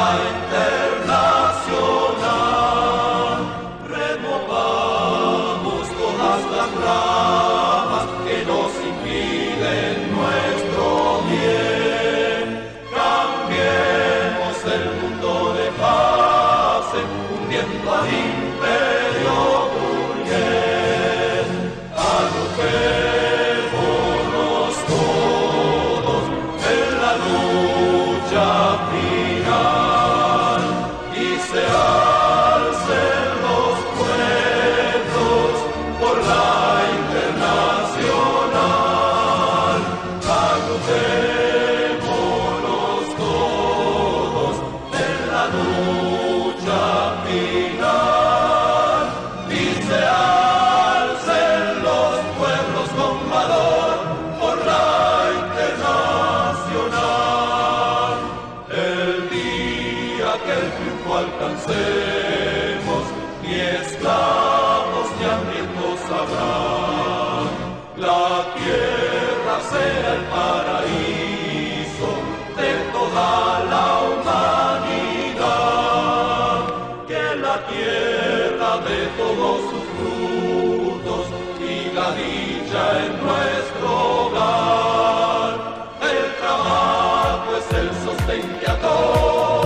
internacional. Removamos todas las ramas que nos impiden nuestro bien. Cambiemos el mundo de fase, hundiendo al imperio burgués. Agrupémonos todos en la lucha final y se alcen los pueblos por la internacional. Agrupémonos todos en la lucha final y se alcen los pueblos con valor por la internacional. El día que el triunfo alcancemos, ni esclavos ni hambrientos habrá. La tierra será el paraíso de toda la humanidad. Que la tierra dé todos sus frutos y la dicha en nuestro hogar. El trabajo es el sostén que a todos.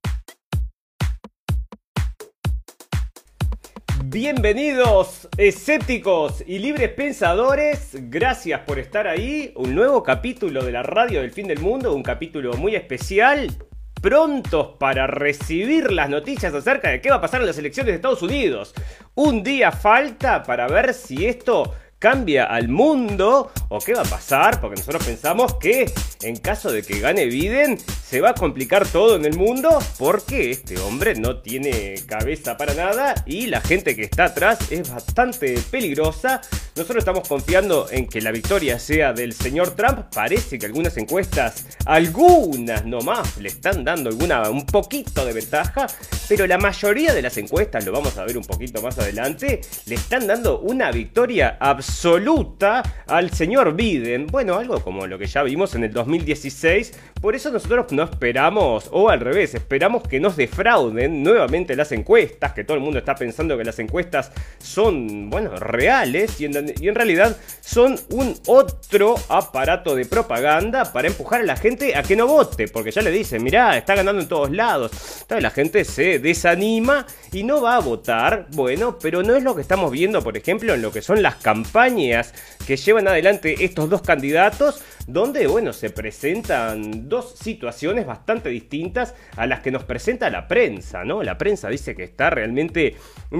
Bienvenidos, escépticos y libres pensadores, gracias por estar ahí. Un nuevo capítulo de la radio del fin del mundo, un capítulo muy especial. Prontos para recibir las noticias acerca de qué va a pasar en las elecciones de Estados Unidos. Un día falta para ver si esto cambia al mundo o qué va a pasar, porque nosotros pensamos que en caso de que gane Biden se va a complicar todo en el mundo porque este hombre no tiene cabeza para nada y la gente que está atrás es bastante peligrosa. Nosotros estamos confiando en que la victoria sea del señor Trump. Parece que algunas encuestas, algunas nomás, le están dando un poquito de ventaja, pero la mayoría de las encuestas, lo vamos a ver un poquito más adelante, le están dando una victoria absoluta al señor Biden. Bueno, algo como lo que ya vimos en el 2016. Por eso nosotros no esperamos, o al revés, esperamos que nos defrauden nuevamente las encuestas, que todo el mundo está pensando que las encuestas son, bueno, reales, y en realidad son un otro aparato de propaganda para empujar a la gente a que no vote, porque ya le dicen, mirá, está ganando en todos lados. Entonces la gente se desanima y no va a votar. Bueno, pero no es lo que estamos viendo, por ejemplo, en lo que son las campañas que llevan adelante estos dos candidatos, donde, bueno, se presentan dos situaciones bastante distintas a las que nos presenta la prensa, ¿no? La prensa dice que está realmente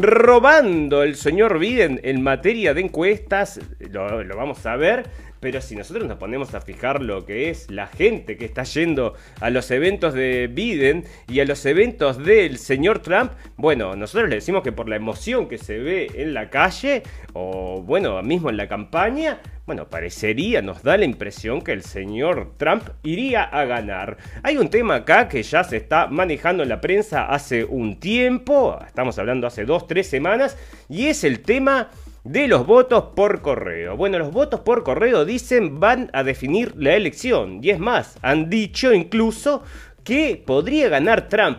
robando el señor Biden en materia de encuestas, lo vamos a ver. Pero si nosotros nos ponemos a fijar lo que es la gente que está yendo a los eventos de Biden y a los eventos del señor Trump, bueno, nosotros le decimos que por la emoción que se ve en la calle, o bueno, mismo en la campaña, bueno, parecería, nos da la impresión que el señor Trump iría a ganar. Hay un tema acá que ya se está manejando en la prensa hace un tiempo, estamos hablando hace 2-3 semanas, y es el tema de los votos por correo. Bueno, los votos por correo, dicen, van a definir la elección. Y es más, han dicho incluso que podría ganar Trump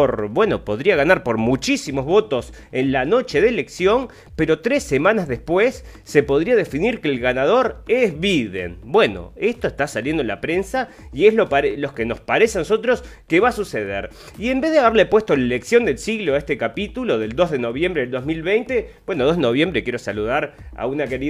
podría ganar por muchísimos votos en la noche de elección, pero 3 semanas después se podría definir que el ganador es Biden. Bueno, esto está saliendo en la prensa y es lo que nos parece a nosotros que va a suceder. Y en vez de haberle puesto la elección del siglo a este capítulo del 2 de noviembre del 2020, bueno, 2 de noviembre quiero saludar a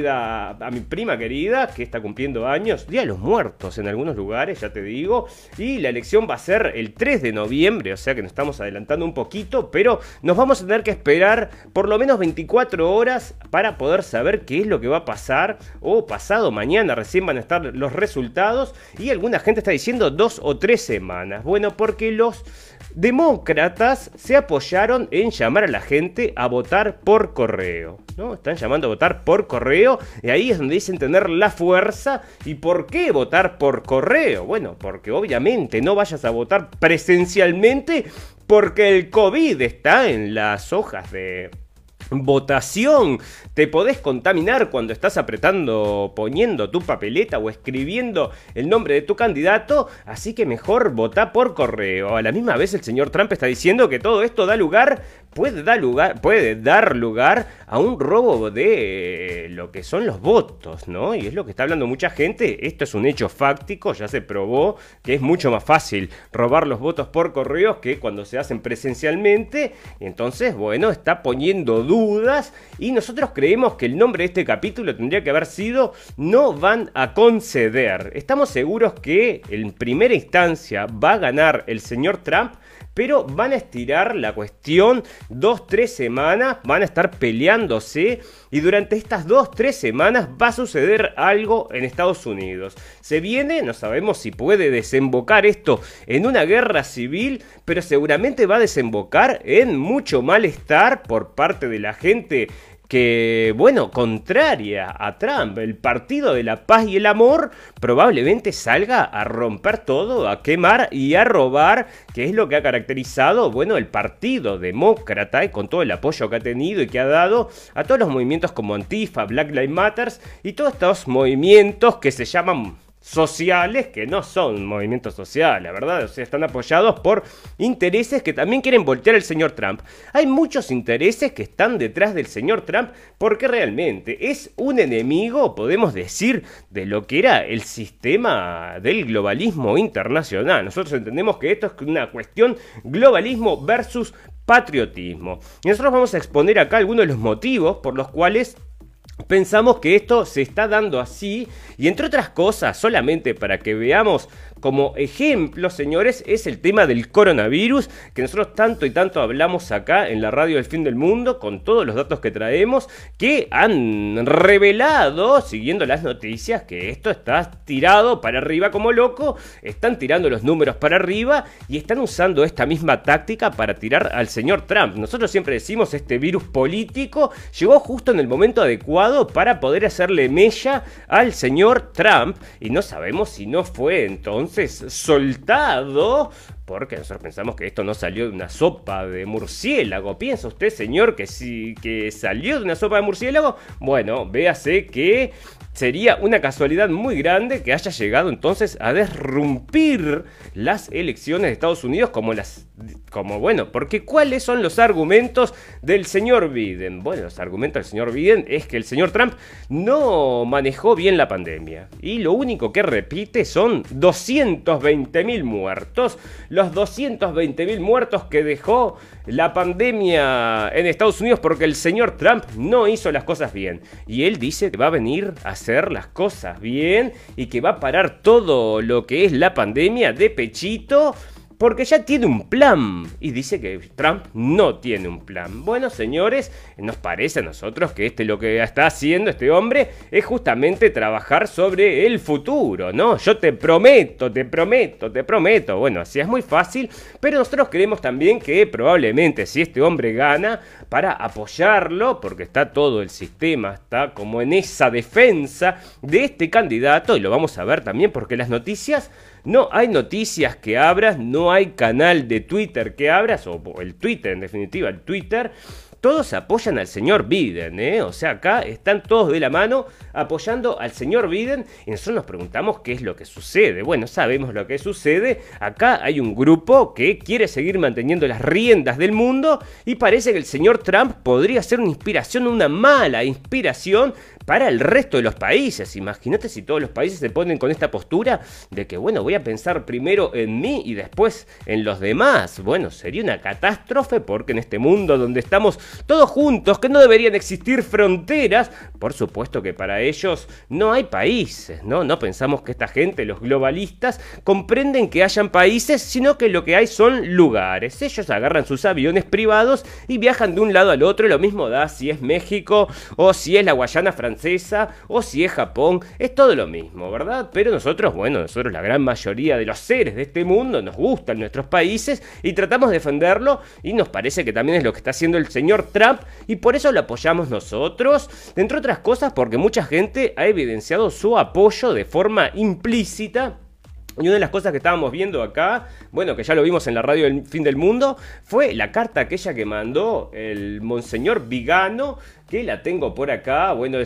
mi prima querida que está cumpliendo años, Día de los Muertos en algunos lugares, ya te digo, y la elección va a ser el 3 de noviembre, o sea que nos estamos adelantando un poquito, pero nos vamos a tener que esperar por lo menos 24 horas para poder saber qué es lo que va a pasar, o pasado mañana recién van a estar los resultados, y alguna gente está diciendo 2 o 3 semanas. Bueno, porque los demócratas se apoyaron en llamar a la gente a votar por correo, ¿no? Están llamando a votar por correo, y ahí es donde dicen tener la fuerza. ¿Y por qué votar por correo? Bueno, porque obviamente no vayas a votar presencialmente, porque el COVID está en las hojas de votación, te podés contaminar cuando estás poniendo tu papeleta o escribiendo el nombre de tu candidato, así que mejor votá por correo. A la misma vez el señor Trump está diciendo que todo esto puede dar lugar a un robo de lo que son los votos, ¿no? Y es lo que está hablando mucha gente. Esto es un hecho fáctico, ya se probó que es mucho más fácil robar los votos por correo que cuando se hacen presencialmente. Entonces, bueno, está poniendo dudas y nosotros creemos que el nombre de este capítulo tendría que haber sido "No van a conceder". Estamos seguros que en primera instancia va a ganar el señor Trump, pero van a estirar la cuestión 2-3 semanas, van a estar peleándose y durante estas 2-3 semanas va a suceder algo en Estados Unidos. Se viene, no sabemos si puede desembocar esto en una guerra civil, pero seguramente va a desembocar en mucho malestar por parte de la gente que, bueno, contraria a Trump. El Partido de la Paz y el Amor probablemente salga a romper todo, a quemar y a robar, que es lo que ha caracterizado, bueno, el Partido Demócrata, y con todo el apoyo que ha tenido y que ha dado a todos los movimientos como Antifa, Black Lives Matter y todos estos movimientos que se llaman sociales, que no son movimientos sociales, ¿verdad? O sea, están apoyados por intereses que también quieren voltear al señor Trump. Hay muchos intereses que están detrás del señor Trump porque realmente es un enemigo, podemos decir, de lo que era el sistema del globalismo internacional. Nosotros entendemos que esto es una cuestión globalismo versus patriotismo. Y nosotros vamos a exponer acá algunos de los motivos por los cuales pensamos que esto se está dando así, y entre otras cosas, solamente para que veamos como ejemplo, señores, es el tema del coronavirus, que nosotros tanto y tanto hablamos acá en la radio del fin del mundo, con todos los datos que traemos, que han revelado, siguiendo las noticias, que esto está tirado para arriba como loco, están tirando los números para arriba y están usando esta misma táctica para tirar al señor Trump. Nosotros siempre decimos, este virus político llegó justo en el momento adecuado para poder hacerle mella al señor Trump, y no sabemos si no fue entonces soltado, porque nosotros pensamos que esto no salió de una sopa de murciélago. ¿Piensa usted, señor, que sí, que salió de una sopa de murciélago? Bueno, véase que sería una casualidad muy grande que haya llegado entonces a derrumpir las elecciones de Estados Unidos bueno, porque ¿cuáles son los argumentos del señor Biden? Bueno, los argumentos del señor Biden es que el señor Trump no manejó bien la pandemia y lo único que repite son 220.000 muertos. Los 220.000 muertos que dejó la pandemia en Estados Unidos porque el señor Trump no hizo las cosas bien. Y él dice que va a venir a hacer las cosas bien y que va a parar todo lo que es la pandemia de pechito, porque ya tiene un plan, y dice que Trump no tiene un plan. Bueno, señores, nos parece a nosotros que lo que está haciendo este hombre es justamente trabajar sobre el futuro, ¿no? Yo te prometo. Bueno, así es muy fácil, pero nosotros creemos también que probablemente si este hombre gana, para apoyarlo, porque está todo el sistema, está como en esa defensa de este candidato, y lo vamos a ver también porque las noticias... No hay noticias que abras, no hay canal de Twitter que abras, o el Twitter en definitiva, el Twitter. Todos apoyan al señor Biden, O sea, acá están todos de la mano apoyando al señor Biden y nosotros nos preguntamos qué es lo que sucede. Bueno, sabemos lo que sucede. Acá hay un grupo que quiere seguir manteniendo las riendas del mundo y parece que el señor Trump podría ser una inspiración, una mala inspiración para el resto de los países. Imagínate si todos los países se ponen con esta postura de que, bueno, voy a pensar primero en mí y después en los demás. Bueno, sería una catástrofe porque en este mundo donde estamos todos juntos, que no deberían existir fronteras, por supuesto que para ellos no hay países, ¿no? No pensamos que esta gente, los globalistas, comprenden que hayan países, sino que lo que hay son lugares. Ellos agarran sus aviones privados y viajan de un lado al otro, lo mismo da si es México o si es la Guayana Francesa o si es Japón, es todo lo mismo, ¿verdad? Pero nosotros, la gran mayoría de los seres de este mundo nos gustan nuestros países y tratamos de defenderlo, y nos parece que también es lo que está haciendo el señor Trump y por eso lo apoyamos nosotros, entre otras cosas porque mucha gente ha evidenciado su apoyo de forma implícita Y una de las cosas que estábamos viendo acá, bueno, que ya lo vimos en la radio del Fin del Mundo, fue la carta aquella que mandó el Monseñor Vigano, que la tengo por acá. Bueno,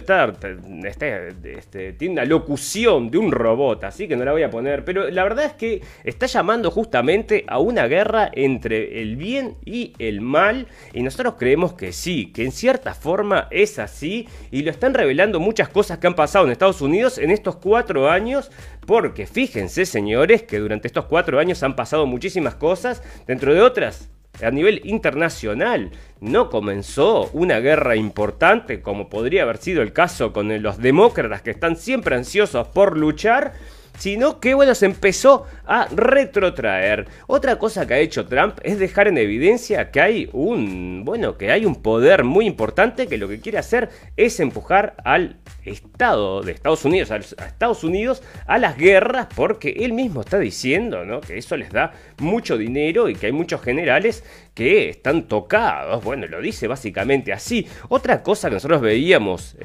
tiene una locución de un robot, así que no la voy a poner. Pero la verdad es que está llamando justamente a una guerra entre el bien y el mal. Y nosotros creemos que sí, que en cierta forma es así. Y lo están revelando muchas cosas que han pasado en Estados Unidos en estos 4 años. Porque fíjense, señores, que durante estos 4 años han pasado muchísimas cosas. Dentro de otras, a nivel internacional, no comenzó una guerra importante como podría haber sido el caso con los demócratas, que están siempre ansiosos por luchar, sino que, bueno, se empezó a retrotraer. Otra cosa que ha hecho Trump es dejar en evidencia que hay un poder muy importante que lo que quiere hacer es empujar al Estado de Estados Unidos, a Estados Unidos, a las guerras, porque él mismo está diciendo, ¿no?, que eso les da mucho dinero y que hay muchos generales que están tocados. Bueno, lo dice básicamente así. Otra cosa que nosotros veíamos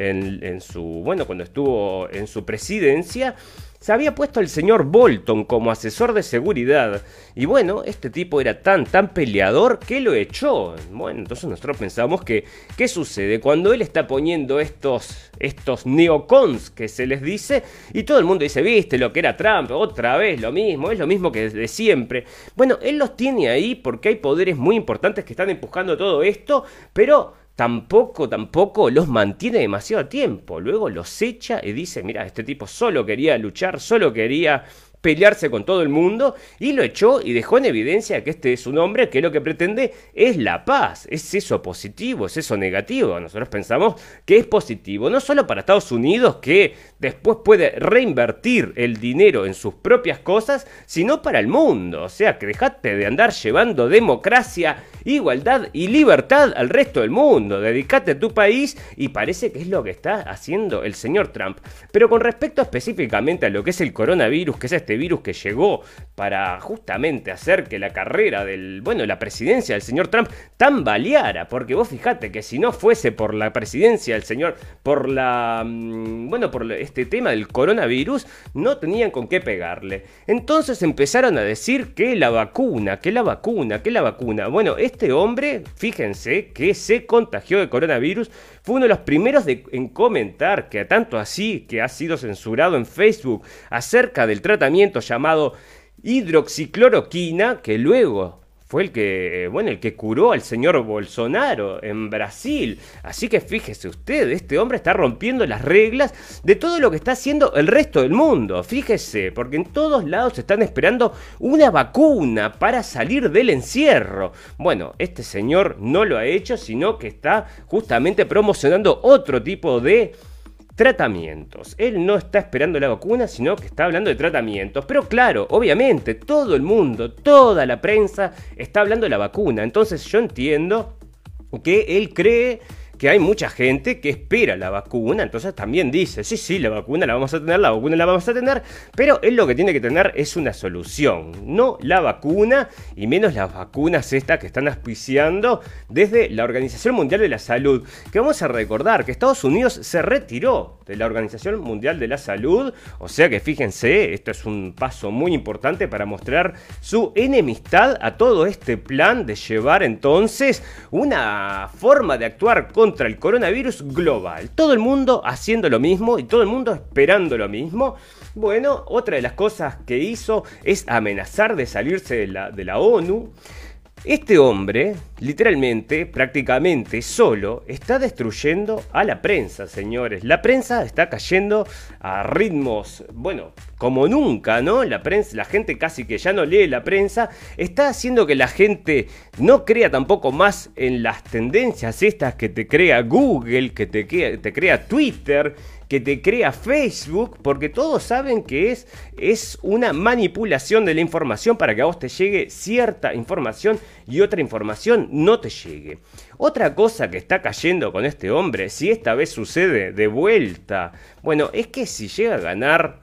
cuando estuvo en su presidencia, se había puesto el señor Bolton como asesor de seguridad. Y bueno, este tipo era tan peleador que lo echó. Bueno, entonces nosotros pensamos que, ¿qué sucede? Cuando él está poniendo estos neocons que se les dice, y todo el mundo dice, ¿viste lo que era Trump? Otra vez lo mismo, es lo mismo que de siempre. Bueno, él los tiene ahí porque hay poderes muy importantes que están empujando todo esto, pero tampoco los mantiene demasiado tiempo. Luego los echa y dice, mira, este tipo solo quería luchar, solo quería pelearse con todo el mundo, y lo echó y dejó en evidencia que este es un hombre que lo que pretende es la paz. ¿Es eso positivo? ¿Es eso negativo? Nosotros pensamos que es positivo, no solo para Estados Unidos, que después puede reinvertir el dinero en sus propias cosas, sino para el mundo. O sea, que dejate de andar llevando democracia, igualdad y libertad al resto del mundo. Dedicate a tu país, y parece que es lo que está haciendo el señor Trump. Pero con respecto específicamente a lo que es el coronavirus, que es este virus que llegó para justamente hacer que la carrera la presidencia del señor Trump tambaleara, porque vos fijate que si no fuese por la presidencia del señor, por este tema del coronavirus, no tenían con qué pegarle. Entonces empezaron a decir que la vacuna. Bueno, este hombre, fíjense que se contagió de coronavirus, fue uno de los primeros en comentar, que tanto así que ha sido censurado en Facebook, acerca del tratamiento llamado hidroxicloroquina, que luego fue el que curó al señor Bolsonaro en Brasil. Así que fíjese usted, este hombre está rompiendo las reglas de todo lo que está haciendo el resto del mundo. Fíjese, porque en todos lados están esperando una vacuna para salir del encierro. Bueno, este señor no lo ha hecho, sino que está justamente promocionando otro tipo de tratamientos. Él no está esperando la vacuna, sino que está hablando de tratamientos. Pero claro, obviamente, todo el mundo, toda la prensa está hablando de la vacuna. Entonces yo entiendo que él cree que hay mucha gente que espera la vacuna, entonces también dice, sí, la vacuna la vamos a tener, pero él lo que tiene que tener es una solución, no la vacuna, y menos las vacunas estas que están auspiciando desde la Organización Mundial de la Salud, que vamos a recordar que Estados Unidos se retiró de la Organización Mundial de la Salud, o sea que fíjense, esto es un paso muy importante para mostrar su enemistad a todo este plan de llevar entonces una forma de actuar contra el coronavirus global. Todo el mundo haciendo lo mismo y todo el mundo esperando lo mismo. Bueno, otra de las cosas que hizo es amenazar de salirse de la ONU. Este hombre, literalmente, prácticamente solo, está destruyendo a la prensa, señores. La prensa está cayendo a ritmos, como nunca, ¿no? La gente casi que ya no lee la prensa. Está haciendo que la gente no crea tampoco más en las tendencias estas que te crea Google, que te crea Twitter, que te crea Facebook, porque todos saben que es una manipulación de la información para que a vos te llegue cierta información y otra información no te llegue. Otra cosa que está cayendo con este hombre, si esta vez sucede de vuelta, es que si llega a ganar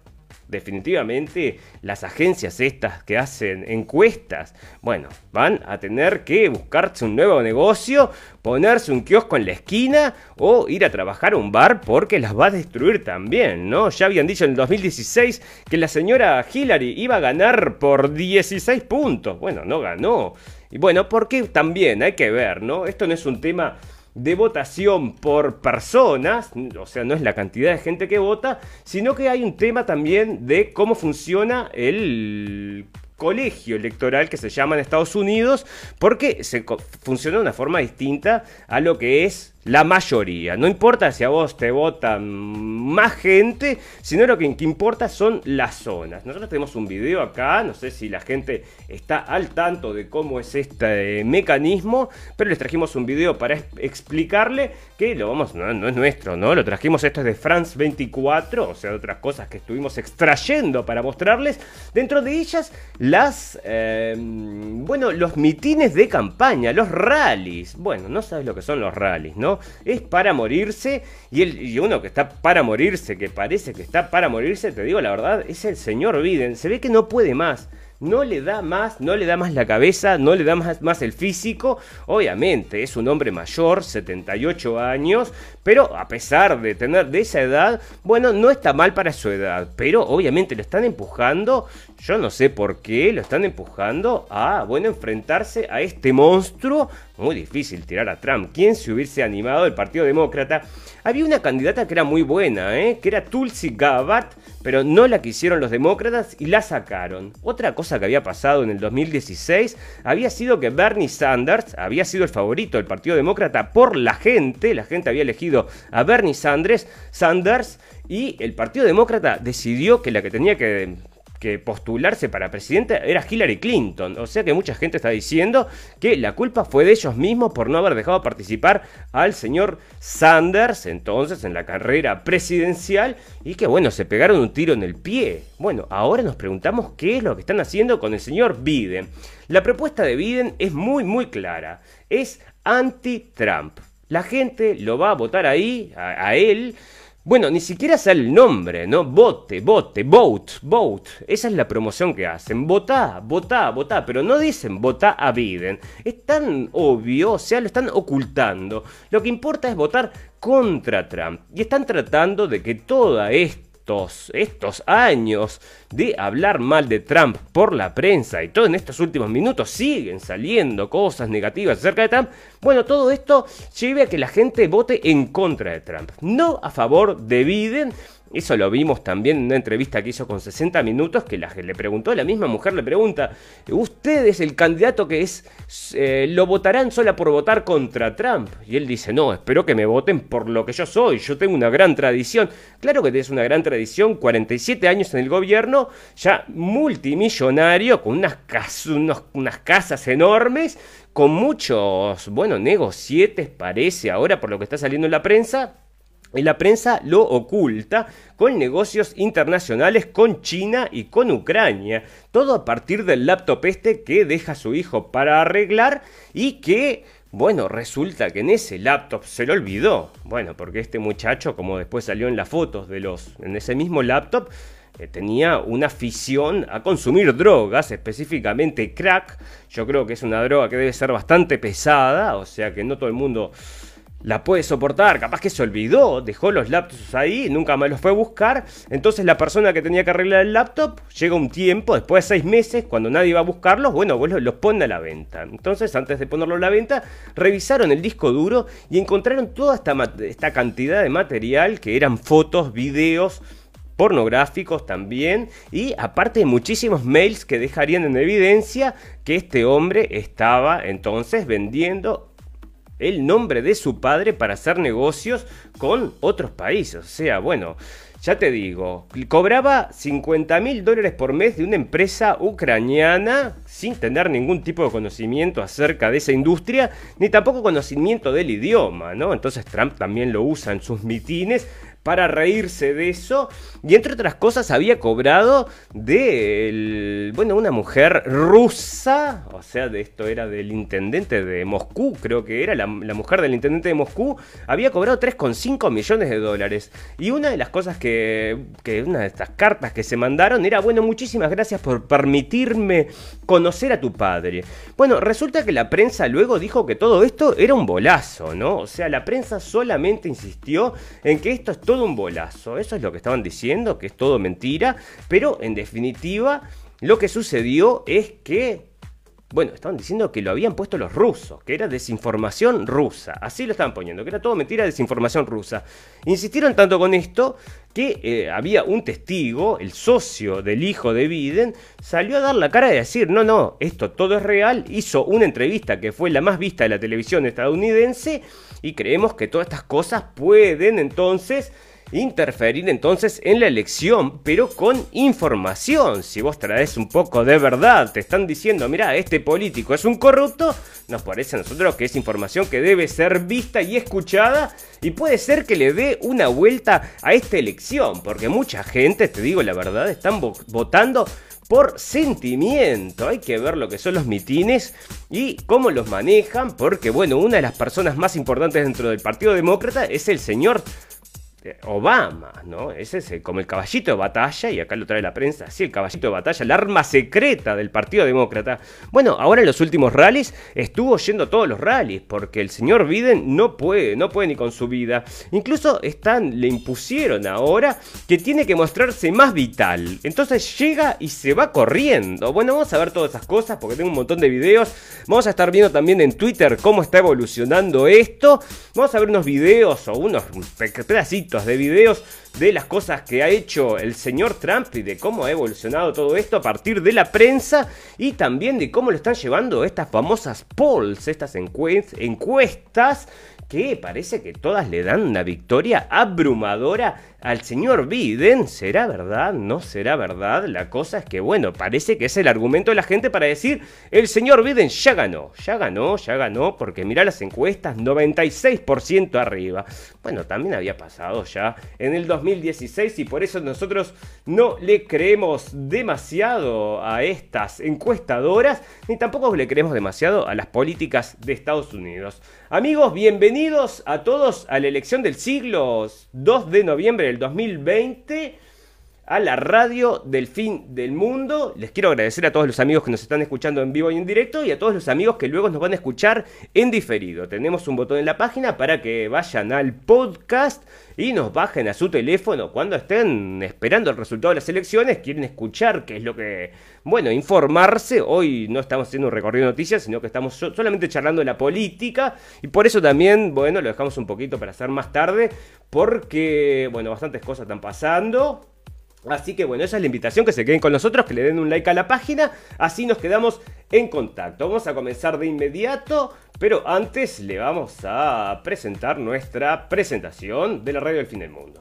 definitivamente las agencias estas que hacen encuestas, bueno, van a tener que buscarse un nuevo negocio, ponerse un kiosco en la esquina o ir a trabajar a un bar porque las va a destruir también, ¿no? Ya habían dicho en el 2016 que la señora Hillary iba a ganar por 16 puntos. Bueno, no ganó. Y bueno, porque también hay que ver, ¿no? Esto no es un tema de votación por personas, o sea, no es la cantidad de gente que vota, sino que hay un tema también de cómo funciona el colegio electoral que se llama en Estados Unidos, porque funciona de una forma distinta a lo que es la mayoría. No importa si a vos te votan más gente, sino lo que importa son las zonas. Nosotros tenemos un video acá, no sé si la gente está al tanto de cómo es este mecanismo, pero les trajimos un video para explicarle que no es nuestro, ¿no? Lo trajimos, esto es de France 24, o sea, de otras cosas que estuvimos extrayendo para mostrarles. Dentro de ellas, los mitines de campaña, los rallies. Bueno, no sabes lo que son los rallies, ¿no? Es para morirse, y uno que está para morirse, que parece que está para morirse, te digo la verdad, es el señor Biden. Se ve que no puede más. No le da más la cabeza, no le da más el físico. Obviamente es un hombre mayor, 78 años, pero a pesar de tener de esa edad, bueno, no está mal para su edad, pero obviamente lo están empujando, yo no sé por qué, lo están empujando a, enfrentarse a este monstruo. Muy difícil tirar a Trump. ¿Quién se hubiese animado del Partido Demócrata? Había una candidata que era muy buena, que era Tulsi Gabbard, pero no la quisieron los demócratas y la sacaron. Otra cosa que había pasado en el 2016 había sido que Bernie Sanders había sido el favorito del Partido Demócrata por la gente había elegido a Bernie Sanders y el Partido Demócrata decidió que la que tenía que postularse para presidenta era Hillary Clinton. O sea que mucha gente está diciendo que la culpa fue de ellos mismos por no haber dejado participar al señor Sanders entonces en la carrera presidencial, y que se pegaron un tiro en el pie. Bueno, ahora nos preguntamos qué es lo que están haciendo con el señor Biden. La propuesta de Biden es muy clara, es anti-Trump. La gente lo va a votar ahí, a él. Bueno, ni siquiera sale el nombre, ¿no? Vote. Esa es la promoción que hacen. Votá, pero no dicen votá a Biden. Es tan obvio, o sea, lo están ocultando. Lo que importa es votar contra Trump. Y están tratando de que toda estos años de hablar mal de Trump por la prensa y todo en estos últimos minutos siguen saliendo cosas negativas acerca de Trump. Bueno, todo esto lleve a que la gente vote en contra de Trump, no a favor de Biden. Eso lo vimos también en una entrevista que hizo con 60 Minutos, que le preguntó, la misma mujer le pregunta, ¿usted es el candidato que lo votarán sola por votar contra Trump? Y él dice, no, espero que me voten por lo que yo soy, yo tengo una gran tradición. Claro que tienes una gran tradición, 47 años en el gobierno, ya multimillonario, con unas casas enormes, con muchos, negocietes parece ahora por lo que está saliendo en la prensa. Y la prensa lo oculta con negocios internacionales con China y con Ucrania. Todo a partir del laptop que deja su hijo para arreglar y que, resulta que en ese laptop se lo olvidó. Porque este muchacho, como después salió en las fotos en ese mismo laptop, tenía una afición a consumir drogas, específicamente crack. Yo creo que es una droga que debe ser bastante pesada, o sea que no todo el mundo la puede soportar, capaz que se olvidó, dejó los laptops ahí, nunca más los fue a buscar. Entonces la persona que tenía que arreglar el laptop llega un tiempo, después de 6 meses, cuando nadie va a buscarlos, vos los pone a la venta. Entonces, antes de ponerlo a la venta, revisaron el disco duro y encontraron toda esta cantidad de material, que eran fotos, videos, pornográficos también, y aparte de muchísimos mails que dejarían en evidencia que este hombre estaba entonces vendiendo el nombre de su padre para hacer negocios con otros países. O sea, ya te digo, cobraba $50.000 por mes de una empresa ucraniana sin tener ningún tipo de conocimiento acerca de esa industria, ni tampoco conocimiento del idioma, ¿no? Entonces Trump también lo usa en sus mitines para reírse de eso. Y entre otras cosas había cobrado de una mujer rusa, o sea, de esto era del intendente de Moscú, creo que era la mujer del intendente de Moscú, había cobrado 3,5 millones de dólares. Y una de las cosas que una de estas cartas que se mandaron era, bueno, muchísimas gracias por permitirme conocer a tu padre. Bueno, resulta que la prensa luego dijo que todo esto era un bolazo, ¿no? O sea, la prensa solamente insistió en que esto es todo un bolazo. Eso es lo que estaban diciendo, que es todo mentira. Pero en definitiva, lo que sucedió es que, bueno, estaban diciendo que lo habían puesto los rusos, que era desinformación rusa. Así lo estaban poniendo, que era todo mentira, desinformación rusa. Insistieron tanto con esto que había un testigo, el socio del hijo de Biden, salió a dar la cara de decir, no, esto todo es real. Hizo una entrevista que fue la más vista de la televisión estadounidense y creemos que todas estas cosas pueden entonces interferir entonces en la elección, pero con información. Si vos traes un poco de verdad, te están diciendo, mirá, este político es un corrupto, nos parece a nosotros que es información que debe ser vista y escuchada, y puede ser que le dé una vuelta a esta elección, porque mucha gente, te digo la verdad, están votando por sentimiento. Hay que ver lo que son los mitines y cómo los manejan, porque bueno, una de las personas más importantes dentro del Partido Demócrata es el señor Obama, ¿no? Ese es como el caballito de batalla, y acá lo trae la prensa, sí, el caballito de batalla, el arma secreta del Partido Demócrata. Bueno, ahora en los últimos rallies estuvo yendo a todos los rallies, porque el señor Biden no puede ni con su vida. Incluso le impusieron ahora que tiene que mostrarse más vital. Entonces llega y se va corriendo. Bueno, vamos a ver todas esas cosas, porque tengo un montón de videos. Vamos a estar viendo también en Twitter cómo está evolucionando esto. Vamos a ver unos videos o unos pedacitos de videos de las cosas que ha hecho el señor Trump y de cómo ha evolucionado todo esto a partir de la prensa, y también de cómo lo están llevando estas famosas polls, estas encuestas que parece que todas le dan una victoria abrumadora al señor Biden. ¿Será verdad? ¿No será verdad? La cosa es que, bueno, parece que es el argumento de la gente para decir, el señor Biden ya ganó, porque mirá las encuestas, 96% arriba. Bueno, también había pasado ya en el 2016 y por eso nosotros no le creemos demasiado a estas encuestadoras, ni tampoco le creemos demasiado a las políticas de Estados Unidos. Amigos, bienvenidos a todos a la elección del siglo, 2 de noviembre del 2020, a la radio del fin del mundo. Les quiero agradecer a todos los amigos que nos están escuchando en vivo y en directo, y a todos los amigos que luego nos van a escuchar en diferido. Tenemos un botón en la página para que vayan al podcast y nos bajen a su teléfono cuando estén esperando el resultado de las elecciones, quieren escuchar qué es lo que, bueno, informarse. Hoy no estamos haciendo un recorrido de noticias, sino que estamos solamente charlando de la política, y por eso también, bueno, lo dejamos un poquito para hacer más tarde, porque, bueno, bastantes cosas están pasando. Así que bueno, esa es la invitación, que se queden con nosotros, que le den un like a la página, así nos quedamos en contacto. Vamos a comenzar de inmediato, pero antes le vamos a presentar nuestra presentación de la radio del fin del mundo.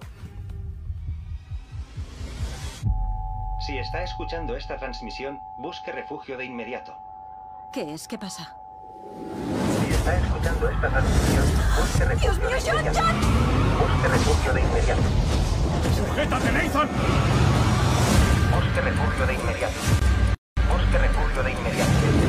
Si está escuchando esta transmisión, busque refugio de inmediato. ¿Qué es? ¿Qué pasa? Si está escuchando esta transmisión, busque refugio de inmediato. Busque refugio de inmediato. ¡Sujétate, Nathan! Busque refugio de inmediato. Busque refugio de inmediato.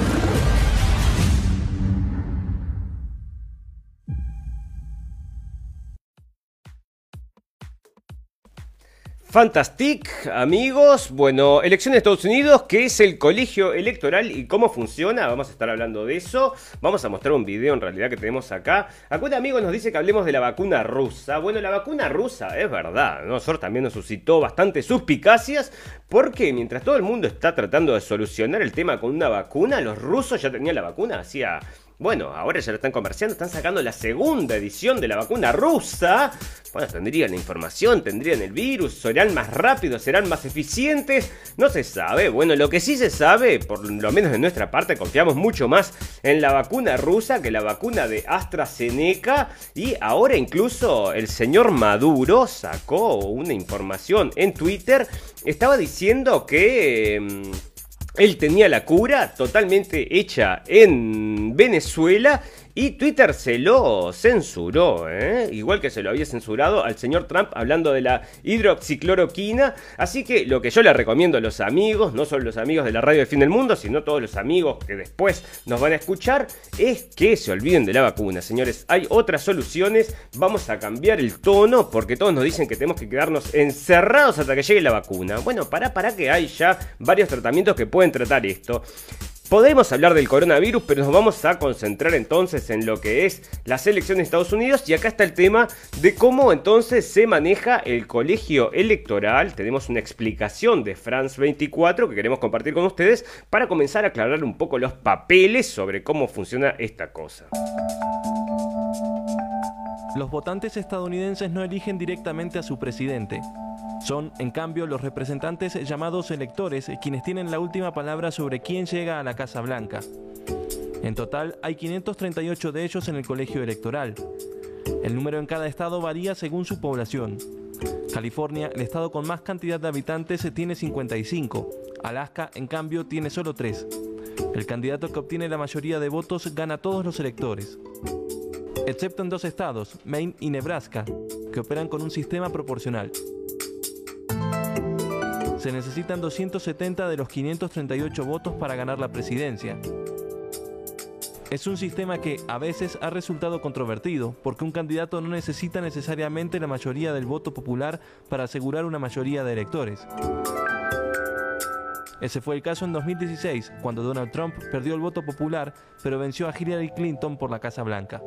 Fantastic, amigos. Bueno, elecciones de Estados Unidos, que es el colegio electoral y cómo funciona. Vamos a estar hablando de eso. Vamos a mostrar un video en realidad que tenemos acá. Acá un amigo nos dice que hablemos de la vacuna rusa. Bueno, la vacuna rusa es verdad, ¿no? Nosotros también nos suscitó bastante suspicacias, porque mientras todo el mundo está tratando de solucionar el tema con una vacuna, los rusos ya tenían la vacuna hacía... Bueno, ahora ya lo están comerciando, están sacando la segunda edición de la vacuna rusa. Bueno, tendrían la información, tendrían el virus, serán más rápidos, serán más eficientes, no se sabe. Bueno, lo que sí se sabe, por lo menos de nuestra parte, confiamos mucho más en la vacuna rusa que la vacuna de AstraZeneca. Y ahora incluso el señor Maduro sacó una información en Twitter, estaba diciendo que... él tenía la cura totalmente hecha en en Venezuela y Twitter se lo censuró, igual que se lo había censurado al señor Trump hablando de la hidroxicloroquina. Así que lo que yo le recomiendo a los amigos, no solo los amigos de la radio del fin del mundo, sino todos los amigos que después nos van a escuchar, es que se olviden de la vacuna, señores. Hay otras soluciones, vamos a cambiar el tono porque todos nos dicen que tenemos que quedarnos encerrados hasta que llegue la vacuna. Bueno, para que hay ya varios tratamientos que pueden tratar esto. Podemos hablar del coronavirus, pero nos vamos a concentrar entonces en lo que es las elecciones de Estados Unidos. Y acá está el tema de cómo entonces se maneja el colegio electoral. Tenemos una explicación de France 24 que queremos compartir con ustedes para comenzar a aclarar un poco los papeles sobre cómo funciona esta cosa. Los votantes estadounidenses no eligen directamente a su presidente. Son, en cambio, los representantes llamados electores quienes tienen la última palabra sobre quién llega a la Casa Blanca. En total, hay 538 de ellos en el colegio electoral. El número en cada estado varía según su población. California, el estado con más cantidad de habitantes, tiene 55. Alaska, en cambio, tiene solo 3. El candidato que obtiene la mayoría de votos gana a todos los electores, excepto en 2 estados, Maine y Nebraska, que operan con un sistema proporcional. Se necesitan 270 de los 538 votos para ganar la presidencia. Es un sistema que a veces ha resultado controvertido, porque un candidato no necesita necesariamente la mayoría del voto popular para asegurar una mayoría de electores. Ese fue el caso en 2016, cuando Donald Trump perdió el voto popular, pero venció a Hillary Clinton por la Casa Blanca.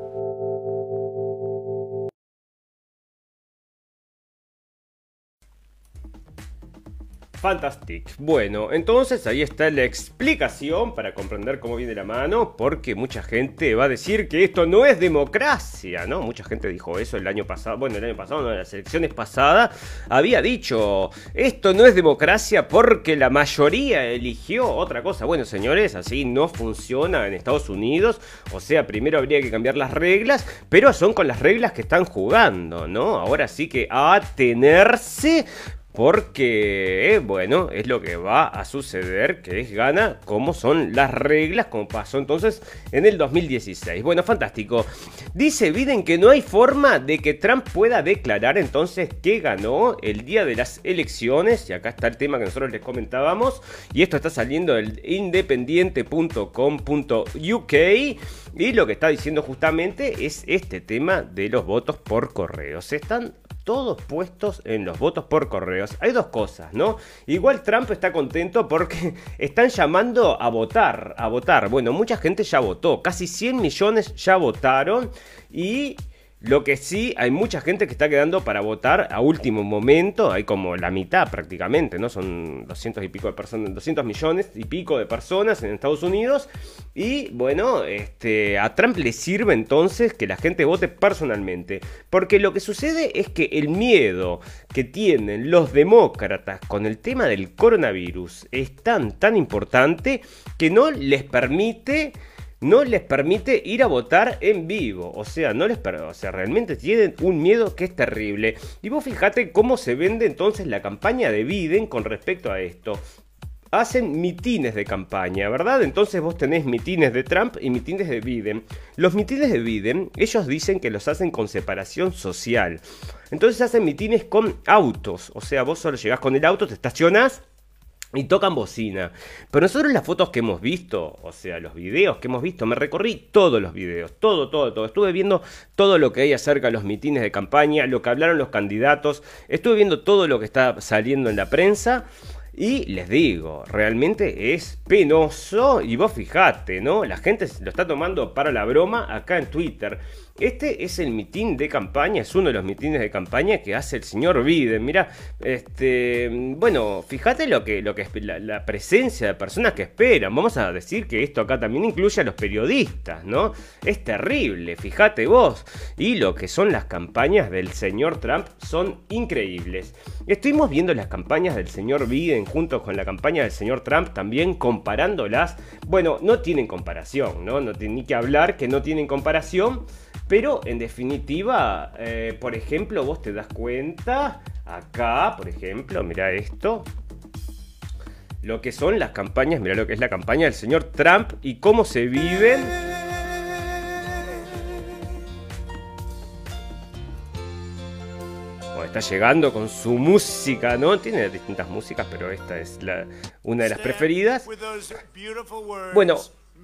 Fantastic. Bueno, entonces ahí está la explicación para comprender cómo viene la mano, porque mucha gente va a decir que esto no es democracia, ¿no? Mucha gente dijo eso el año pasado, bueno, el año pasado, no, en las elecciones pasadas, había dicho, esto no es democracia porque la mayoría eligió otra cosa. Bueno, señores, así no funciona en Estados Unidos, o sea, primero habría que cambiar las reglas, pero son con las reglas que están jugando, ¿no? Ahora sí que a atenerse, porque, bueno, es lo que va a suceder, que es gana como son las reglas, como pasó entonces en el 2016. Bueno, fantástico. Dice Biden que no hay forma de que Trump pueda declarar entonces que ganó el día de las elecciones. Y acá está el tema que nosotros les comentábamos. Y esto está saliendo del independiente.com.uk. Y lo que está diciendo justamente es este tema de los votos por correo. Se están todos puestos en los votos por correos. Hay dos cosas, ¿no? Igual Trump está contento porque están llamando a votar, a votar. Bueno, mucha gente ya votó, casi 100 millones ya votaron y lo que sí, hay mucha gente que está quedando para votar a último momento, hay como la mitad prácticamente, ¿no? Son 200 y pico de personas, 200 millones y pico de personas en Estados Unidos. Y bueno, a Trump le sirve entonces que la gente vote personalmente. Porque lo que sucede es que el miedo que tienen los demócratas con el tema del coronavirus es tan importante que no les permite ir a votar en vivo. O sea, realmente tienen un miedo que es terrible. Y vos fijate cómo se vende entonces la campaña de Biden con respecto a esto. Hacen mitines de campaña, ¿verdad? Entonces vos tenés mitines de Trump y mitines de Biden. Los mitines de Biden, ellos dicen que los hacen con separación social. Entonces hacen mitines con autos. O sea, vos solo llegás con el auto, te estacionás y tocan bocina. Pero nosotros las fotos que hemos visto, o sea, los videos que hemos visto, me recorrí todos los videos, todo. Estuve viendo todo lo que hay acerca de los mitines de campaña, lo que hablaron los candidatos, estuve viendo todo lo que está saliendo en la prensa. Y les digo, realmente es penoso. Y vos fijate, ¿no? La gente lo está tomando para la broma acá en Twitter. Este es el mitin de campaña, es uno de los mitines de campaña que hace el señor Biden. Mira, bueno, fíjate lo que es la presencia de personas que esperan. Vamos a decir que esto acá también incluye a los periodistas, ¿no? Es terrible, fíjate vos. Y lo que son las campañas del señor Trump son increíbles. Estuvimos viendo las campañas del señor Biden junto con la campaña del señor Trump, también comparándolas. Bueno, no tienen comparación, ¿no? No tienen ni que hablar que no tienen comparación. Pero en definitiva, por ejemplo, vos te das cuenta, acá, por ejemplo, mira esto, lo que son las campañas, mira lo que es la campaña del señor Trump y cómo se viven está llegando con su música, ¿no? Tiene distintas músicas, pero esta es una de las preferidas. Bueno,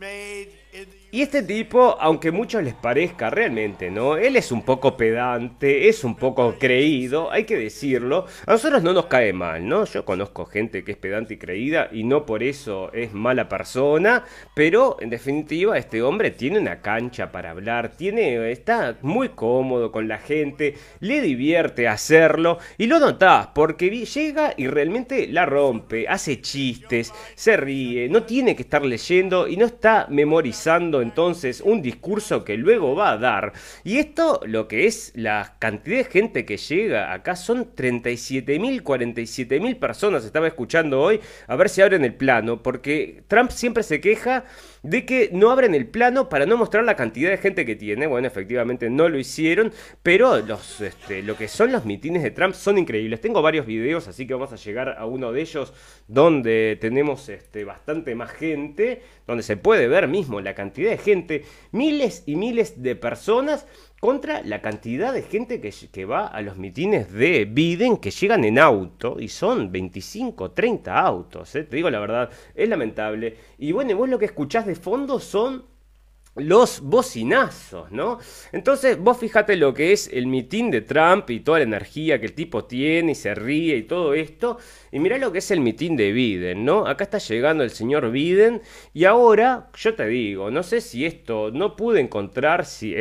y este tipo, aunque a muchos les parezca realmente, ¿no? Él es un poco pedante, es un poco creído, hay que decirlo. A nosotros no nos cae mal, ¿no? Yo conozco gente que es pedante y creída y no por eso es mala persona, pero en definitiva este hombre tiene una cancha para hablar, está muy cómodo con la gente, le divierte hacerlo y lo notás porque llega y realmente la rompe, hace chistes, se ríe, no tiene que estar leyendo y no está memorizando entonces un discurso que luego va a dar. Y esto, lo que es la cantidad de gente que llega acá, son 37.000, 47.000 personas, estaba escuchando hoy, a ver si abren el plano, porque Trump siempre se queja de que no abren el plano para no mostrar la cantidad de gente que tiene. Bueno, efectivamente no lo hicieron, pero lo que son los mitines de Trump son increíbles. Tengo varios videos, así que vamos a llegar a uno de ellos donde tenemos bastante más gente, donde se puede ver mismo la cantidad de gente, miles y miles de personas contra la cantidad de gente que va a los mitines de Biden, que llegan en auto, y son 25, 30 autos, te digo la verdad, es lamentable. Y bueno, vos lo que escuchás de fondo son los bocinazos, ¿no? Entonces vos fíjate lo que es el mitin de Trump y toda la energía que el tipo tiene y se ríe y todo esto, y mirá lo que es el mitin de Biden, ¿no? Acá está llegando el señor Biden y ahora, yo te digo, no sé si esto no pude encontrar si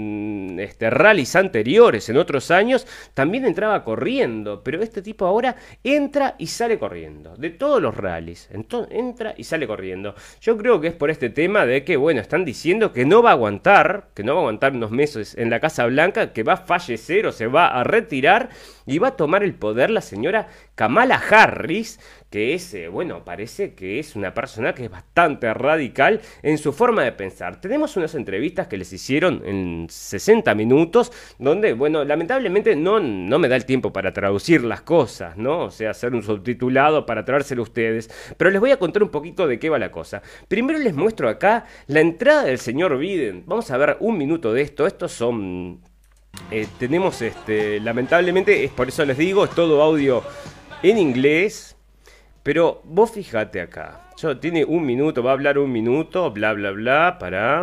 en rallies anteriores, en otros años, también entraba corriendo, pero este tipo ahora entra y sale corriendo, de todos los rallies, entra y sale corriendo. Yo creo que es por este tema de que, bueno, están diciendo que no va a aguantar unos meses en la Casa Blanca, que va a fallecer o se va a retirar y va a tomar el poder la señora Kamala Harris, que es, parece que es una persona que es bastante radical en su forma de pensar. Tenemos unas entrevistas que les hicieron en 60 minutos, donde, bueno, lamentablemente no me da el tiempo para traducir las cosas, ¿no? O sea, hacer un subtitulado para traérselo a ustedes, pero les voy a contar un poquito de qué va la cosa. Primero les muestro acá la entrada del señor Biden. Vamos a ver un minuto de esto. Estos son... tenemos, lamentablemente, es por eso les digo, es todo audio en inglés. Pero vos fíjate acá, tiene un minuto, va a hablar un minuto, bla bla bla,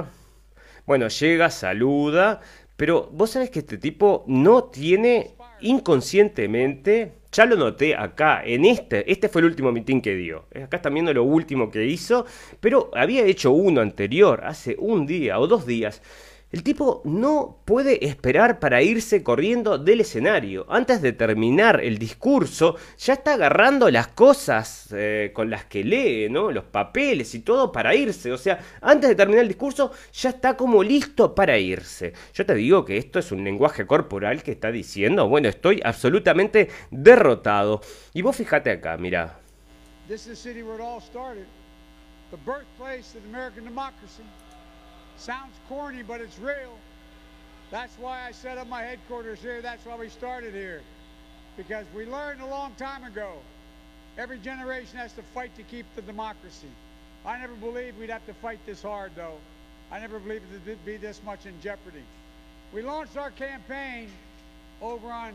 bueno, llega, saluda, pero vos sabés que este tipo no tiene inconscientemente, ya lo noté acá, en este fue el último mitin que dio, acá están viendo lo último que hizo, pero había hecho uno anterior, hace un día o 2 días. El tipo no puede esperar para irse corriendo del escenario. Antes de terminar el discurso, ya está agarrando las cosas con las que lee, ¿no? Los papeles y todo para irse. O sea, antes de terminar el discurso, ya está como listo para irse. Yo te digo que esto es un lenguaje corporal que está diciendo, bueno, estoy absolutamente derrotado. Y vos fíjate acá, mirá. This is the city where it all started. The birthplace of American democracy. Sounds corny, but it's real. That's why I set up my headquarters here. That's why we started here. Because we learned a long time ago, every generation has to fight to keep the democracy. I never believed we'd have to fight this hard, though. I never believed it'd be this much in jeopardy. We launched our campaign over on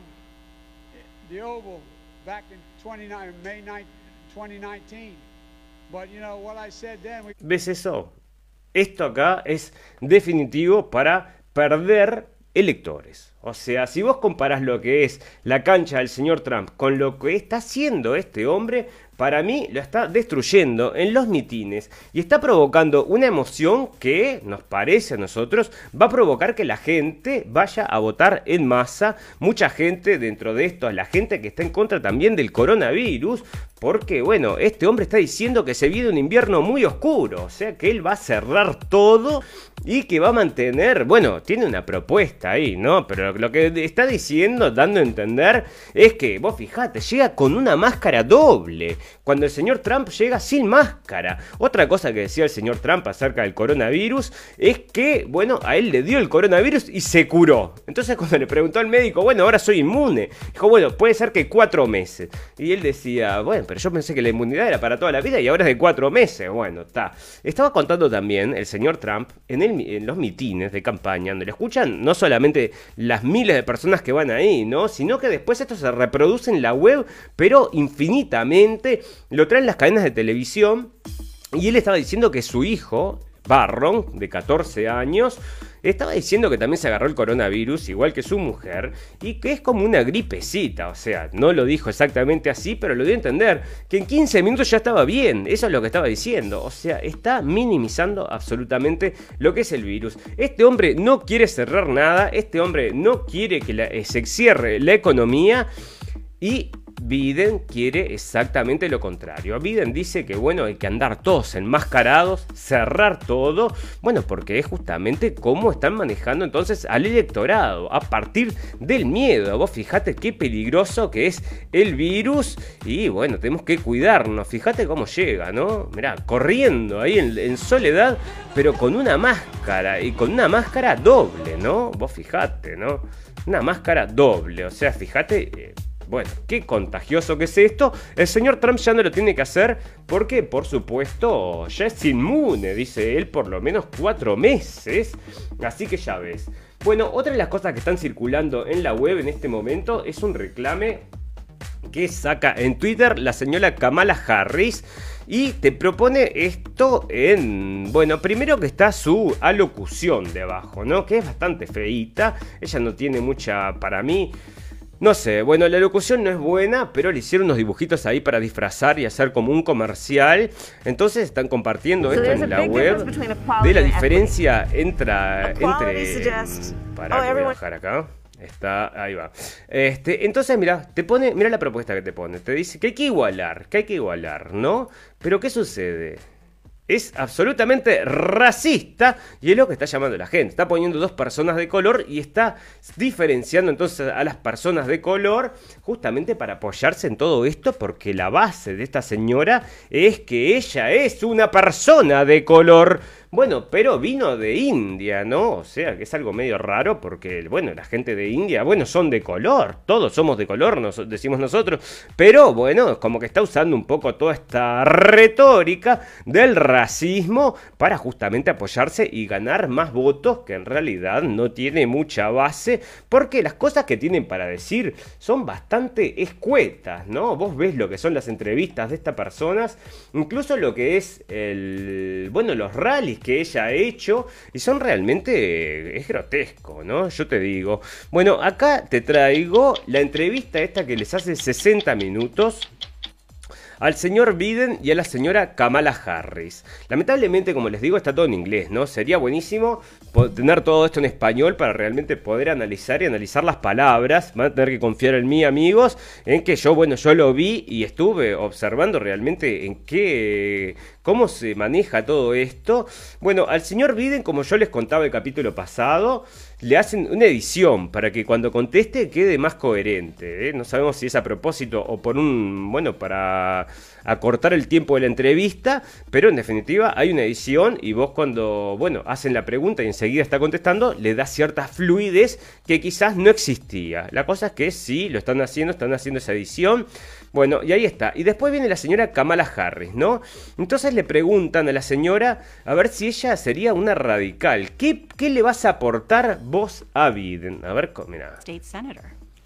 the Oval back in May 9, 2019. But you know what I said then... ¿Ves eso? Esto acá es definitivo para perder electores. O sea, si vos comparás lo que es la cancha del señor Trump con lo que está haciendo este hombre, para mí lo está destruyendo en los mitines y está provocando una emoción que nos parece a nosotros va a provocar que la gente vaya a votar en masa. Mucha gente dentro de esto, la gente que está en contra también del coronavirus, porque bueno, este hombre está diciendo que se viene un invierno muy oscuro, o sea que él va a cerrar todo y que va a mantener, bueno, tiene una propuesta ahí, ¿no? Pero lo que está diciendo, dando a entender, es que, vos fijate, llega con una máscara doble, cuando el señor Trump llega sin máscara. Otra cosa que decía el señor Trump acerca del coronavirus es que, bueno, a él le dio el coronavirus y se curó. Entonces cuando le preguntó al médico, bueno, ahora soy inmune, dijo, bueno, puede ser que 4 meses. Y él decía, bueno, pero yo pensé que la inmunidad era para toda la vida y ahora es de 4 meses. Bueno, está. Estaba contando también el señor Trump en los mitines de campaña, donde le escuchan no solamente la las miles de personas que van ahí, ¿no? Sino que después esto se reproduce en la web, pero infinitamente. Lo traen las cadenas de televisión. Y él estaba diciendo que su hijo, Barron, de 14 años, estaba diciendo que también se agarró el coronavirus, igual que su mujer, y que es como una gripecita. O sea, no lo dijo exactamente así, pero lo dio a entender, que en 15 minutos ya estaba bien. Eso es lo que estaba diciendo. O sea, está minimizando absolutamente lo que es el virus. Este hombre no quiere cerrar nada, este hombre no quiere que se cierre la economía, y Biden quiere exactamente lo contrario. Biden dice que bueno, hay que andar todos enmascarados, cerrar todo, bueno, porque es justamente cómo están manejando entonces al electorado, a partir del miedo. Vos fijate qué peligroso que es el virus, y bueno, tenemos que cuidarnos. Fíjate cómo llega, ¿no? Mirá, corriendo ahí en soledad, pero con una máscara, y con una máscara doble, ¿no? Vos fijate, ¿no? Una máscara doble, o sea, fíjate... Bueno, qué contagioso que es esto. El señor Trump ya no lo tiene que hacer porque, por supuesto, ya es inmune, dice él, por lo menos 4 meses. Así que ya ves. Bueno, otra de las cosas que están circulando en la web en este momento es un reclame que saca en Twitter la señora Kamala Harris. Y te propone esto en... Bueno, primero que está su alocución debajo, ¿no? Que es bastante feíta. Ella no tiene mucha, para mí... No sé, bueno, la locución no es buena, pero le hicieron unos dibujitos ahí para disfrazar y hacer como un comercial. Entonces están compartiendo esto en la web de la diferencia entre para que voy a bajar acá. Está, ahí va. Entonces, mira, te pone, mira la propuesta que te pone. Te dice que hay que igualar, ¿no? Pero ¿qué sucede? Es absolutamente racista y es lo que está llamando la gente. Está poniendo 2 personas de color y está diferenciando entonces a las personas de color justamente para apoyarse en todo esto, porque la base de esta señora es que ella es una persona de color. Bueno, pero vino de India, ¿no? O sea, que es algo medio raro porque, bueno, la gente de India, bueno, son de color. Todos somos de color, decimos nosotros. Pero, bueno, como que está usando un poco toda esta retórica del racismo para justamente apoyarse y ganar más votos, que en realidad no tiene mucha base, porque las cosas que tienen para decir son bastante escuetas, ¿no? Vos ves lo que son las entrevistas de estas personas, incluso lo que es los rallies que ella ha hecho, y son realmente, es grotesco, ¿no? Yo te digo. Bueno, acá te traigo la entrevista esta que les hace 60 minutos al señor Biden y a la señora Kamala Harris. Lamentablemente, como les digo, está todo en inglés, ¿no? Sería buenísimo tener todo esto en español para realmente poder analizar y analizar las palabras. Van a tener que confiar en mí, amigos, en que yo lo vi y estuve observando realmente cómo se maneja todo esto. Bueno, al señor Biden, como yo les contaba el capítulo pasado, le hacen una edición para que cuando conteste quede más coherente, ¿eh? No sabemos si es a propósito o para acortar el tiempo de la entrevista, pero en definitiva hay una edición y vos cuando, hacen la pregunta y enseguida está contestando, le da cierta fluidez que quizás no existía. La cosa es que sí, lo están haciendo esa edición. Bueno, y ahí está. Y después viene la señora Kamala Harris, ¿no? Entonces le preguntan a la señora a ver si ella sería una radical. ¿Qué le vas a aportar vos a Biden? A ver, mira. State Senator.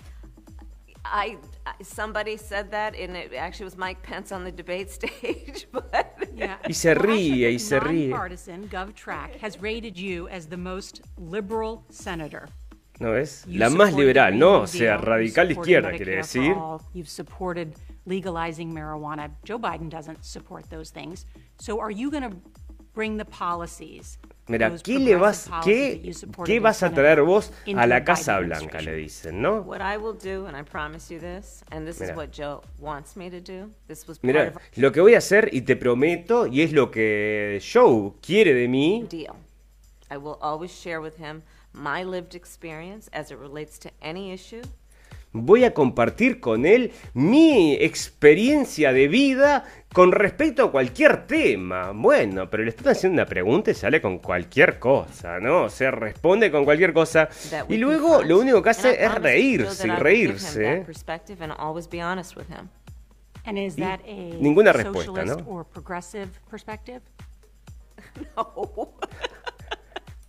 Somebody said that, and it actually was Mike Pence on the debate stage. But Yeah. Y se ríe, y se ríe. Nonpartisan GovTrack has rated you as the most liberal senator. ¿No es? You La más supported liberal, the ¿no? Green O sea, Deal, radical you've izquierda supported quiere Medicare decir. for all, you've supported legalizing marijuana. Joe Biden doesn't support those things. So are you going to bring the policies? Mira, those ¿qué progressive policies vas a that you traer supported vos into a la the Casa Biden Blanca? Le administration? dicen, ¿no? what I will do, and I promise you this, and this is Mira. what Joe wants me to do. This was part Mira, of lo que voy a hacer, y te prometo, y es lo que Joe quiere de mí, our deal. I will always share with him my lived experience as it relates to any issue. voy a compartir con él mi experiencia de vida con respecto a cualquier tema. Bueno, pero le están haciendo una pregunta y sale con cualquier cosa, ¿no? O sea, responde con cualquier cosa. That we Y luego confront. lo único que And I hace es promise you, Joe, reírse y that I will give him reírse. that perspective and always be honest with him. And is that a ninguna respuesta, socialist ¿no? or progressive perspective? No.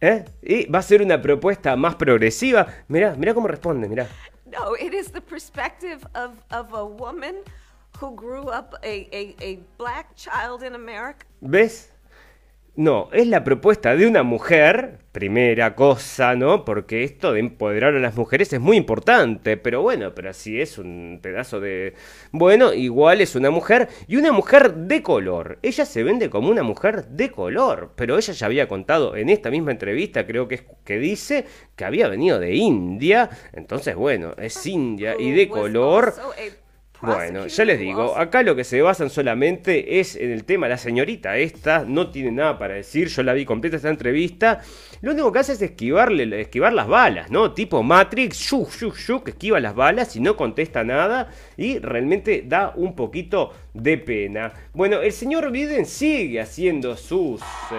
Y va a ser una propuesta más progresiva. Mirá cómo responde, mirá. No, it is the perspective of a woman who grew up a black child in America. ¿Ves? No, es la propuesta de una mujer, primera cosa, ¿no? Porque esto de empoderar a las mujeres es muy importante, pero bueno, pero así es un pedazo de... Bueno, igual es una mujer y una mujer de color. Ella se vende como una mujer de color, pero ella ya había contado en esta misma entrevista, creo que es que dice que había venido de India, entonces bueno, es india y de color... Bueno, ya les digo, acá lo que se basan solamente es en el tema, la señorita esta no tiene nada para decir, yo la vi completa esta entrevista, lo único que hace es esquivar las balas, ¿no? Tipo Matrix, que esquiva las balas y no contesta nada y realmente da un poquito de pena. Bueno, el señor Biden sigue haciendo sus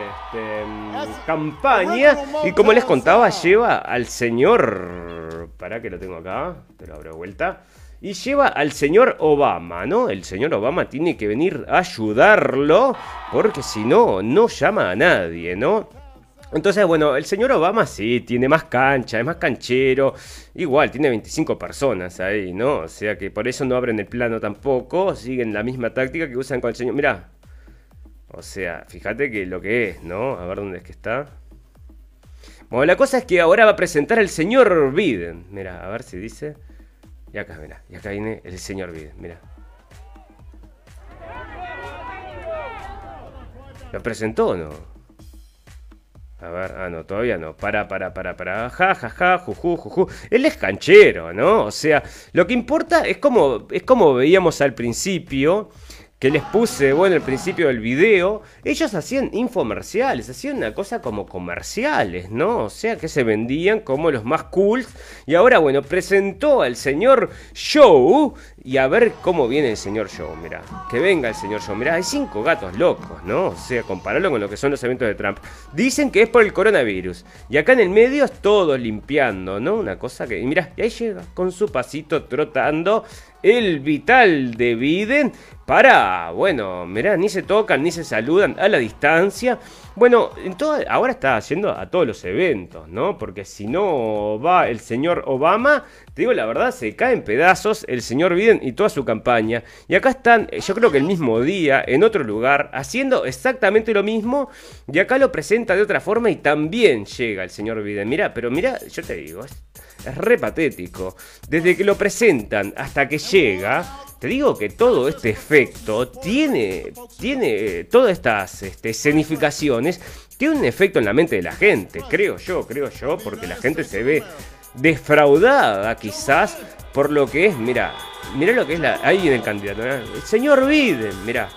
campañas y como les contaba, lleva al señor... Pará que lo tengo acá, te lo abro de vuelta... Y lleva al señor Obama, ¿no? El señor Obama tiene que venir a ayudarlo, porque si no, no llama a nadie, ¿no? Entonces, bueno, el señor Obama sí, tiene más cancha, es más canchero. Igual, tiene 25 personas ahí, ¿no? O sea que por eso no abren el plano tampoco, siguen la misma táctica que usan con el señor... Mirá, o sea, fíjate que lo que es, ¿no? A ver dónde es que está. Bueno, la cosa es que ahora va a presentar al señor Biden. Mirá, a ver si dice... Y acá, mira, y acá viene el señor Biden, mira. ¿Lo presentó o no? A ver, no, todavía no. Para. Ja, juju. Él es canchero, ¿no? O sea, lo que importa es como veíamos al principio, que les puse, bueno, al principio del video, ellos hacían infomerciales, hacían una cosa como comerciales, ¿no? O sea, que se vendían como los más cool. Y ahora, bueno, presentó al señor Show. Y a ver cómo viene el señor Show, mirá. Que venga el señor Show, mirá, hay 5 gatos locos, ¿no? O sea, compararlo con lo que son los eventos de Trump. Dicen que es por el coronavirus. Y acá en el medio es todos limpiando, ¿no? Una cosa que... Y mirá, y ahí llega con su pasito trotando el vital de Biden para, bueno, mirá, ni se tocan, ni se saludan a la distancia. Bueno, ahora está yendo a todos los eventos, ¿no? Porque si no va el señor Obama, te digo la verdad, se cae en pedazos el señor Biden y toda su campaña. Y acá están, yo creo que el mismo día, en otro lugar, haciendo exactamente lo mismo. Y acá lo presenta de otra forma y también llega el señor Biden. Mirá, pero mirá, yo te digo, es re patético. Desde que lo presentan hasta que llega... Te digo que todo este efecto tiene todas estas escenificaciones, tiene un efecto en la mente de la gente, creo yo, porque la gente se ve defraudada quizás por lo que es, mirá lo que es ahí en el candidato, ¿no? El señor Biden, mirá.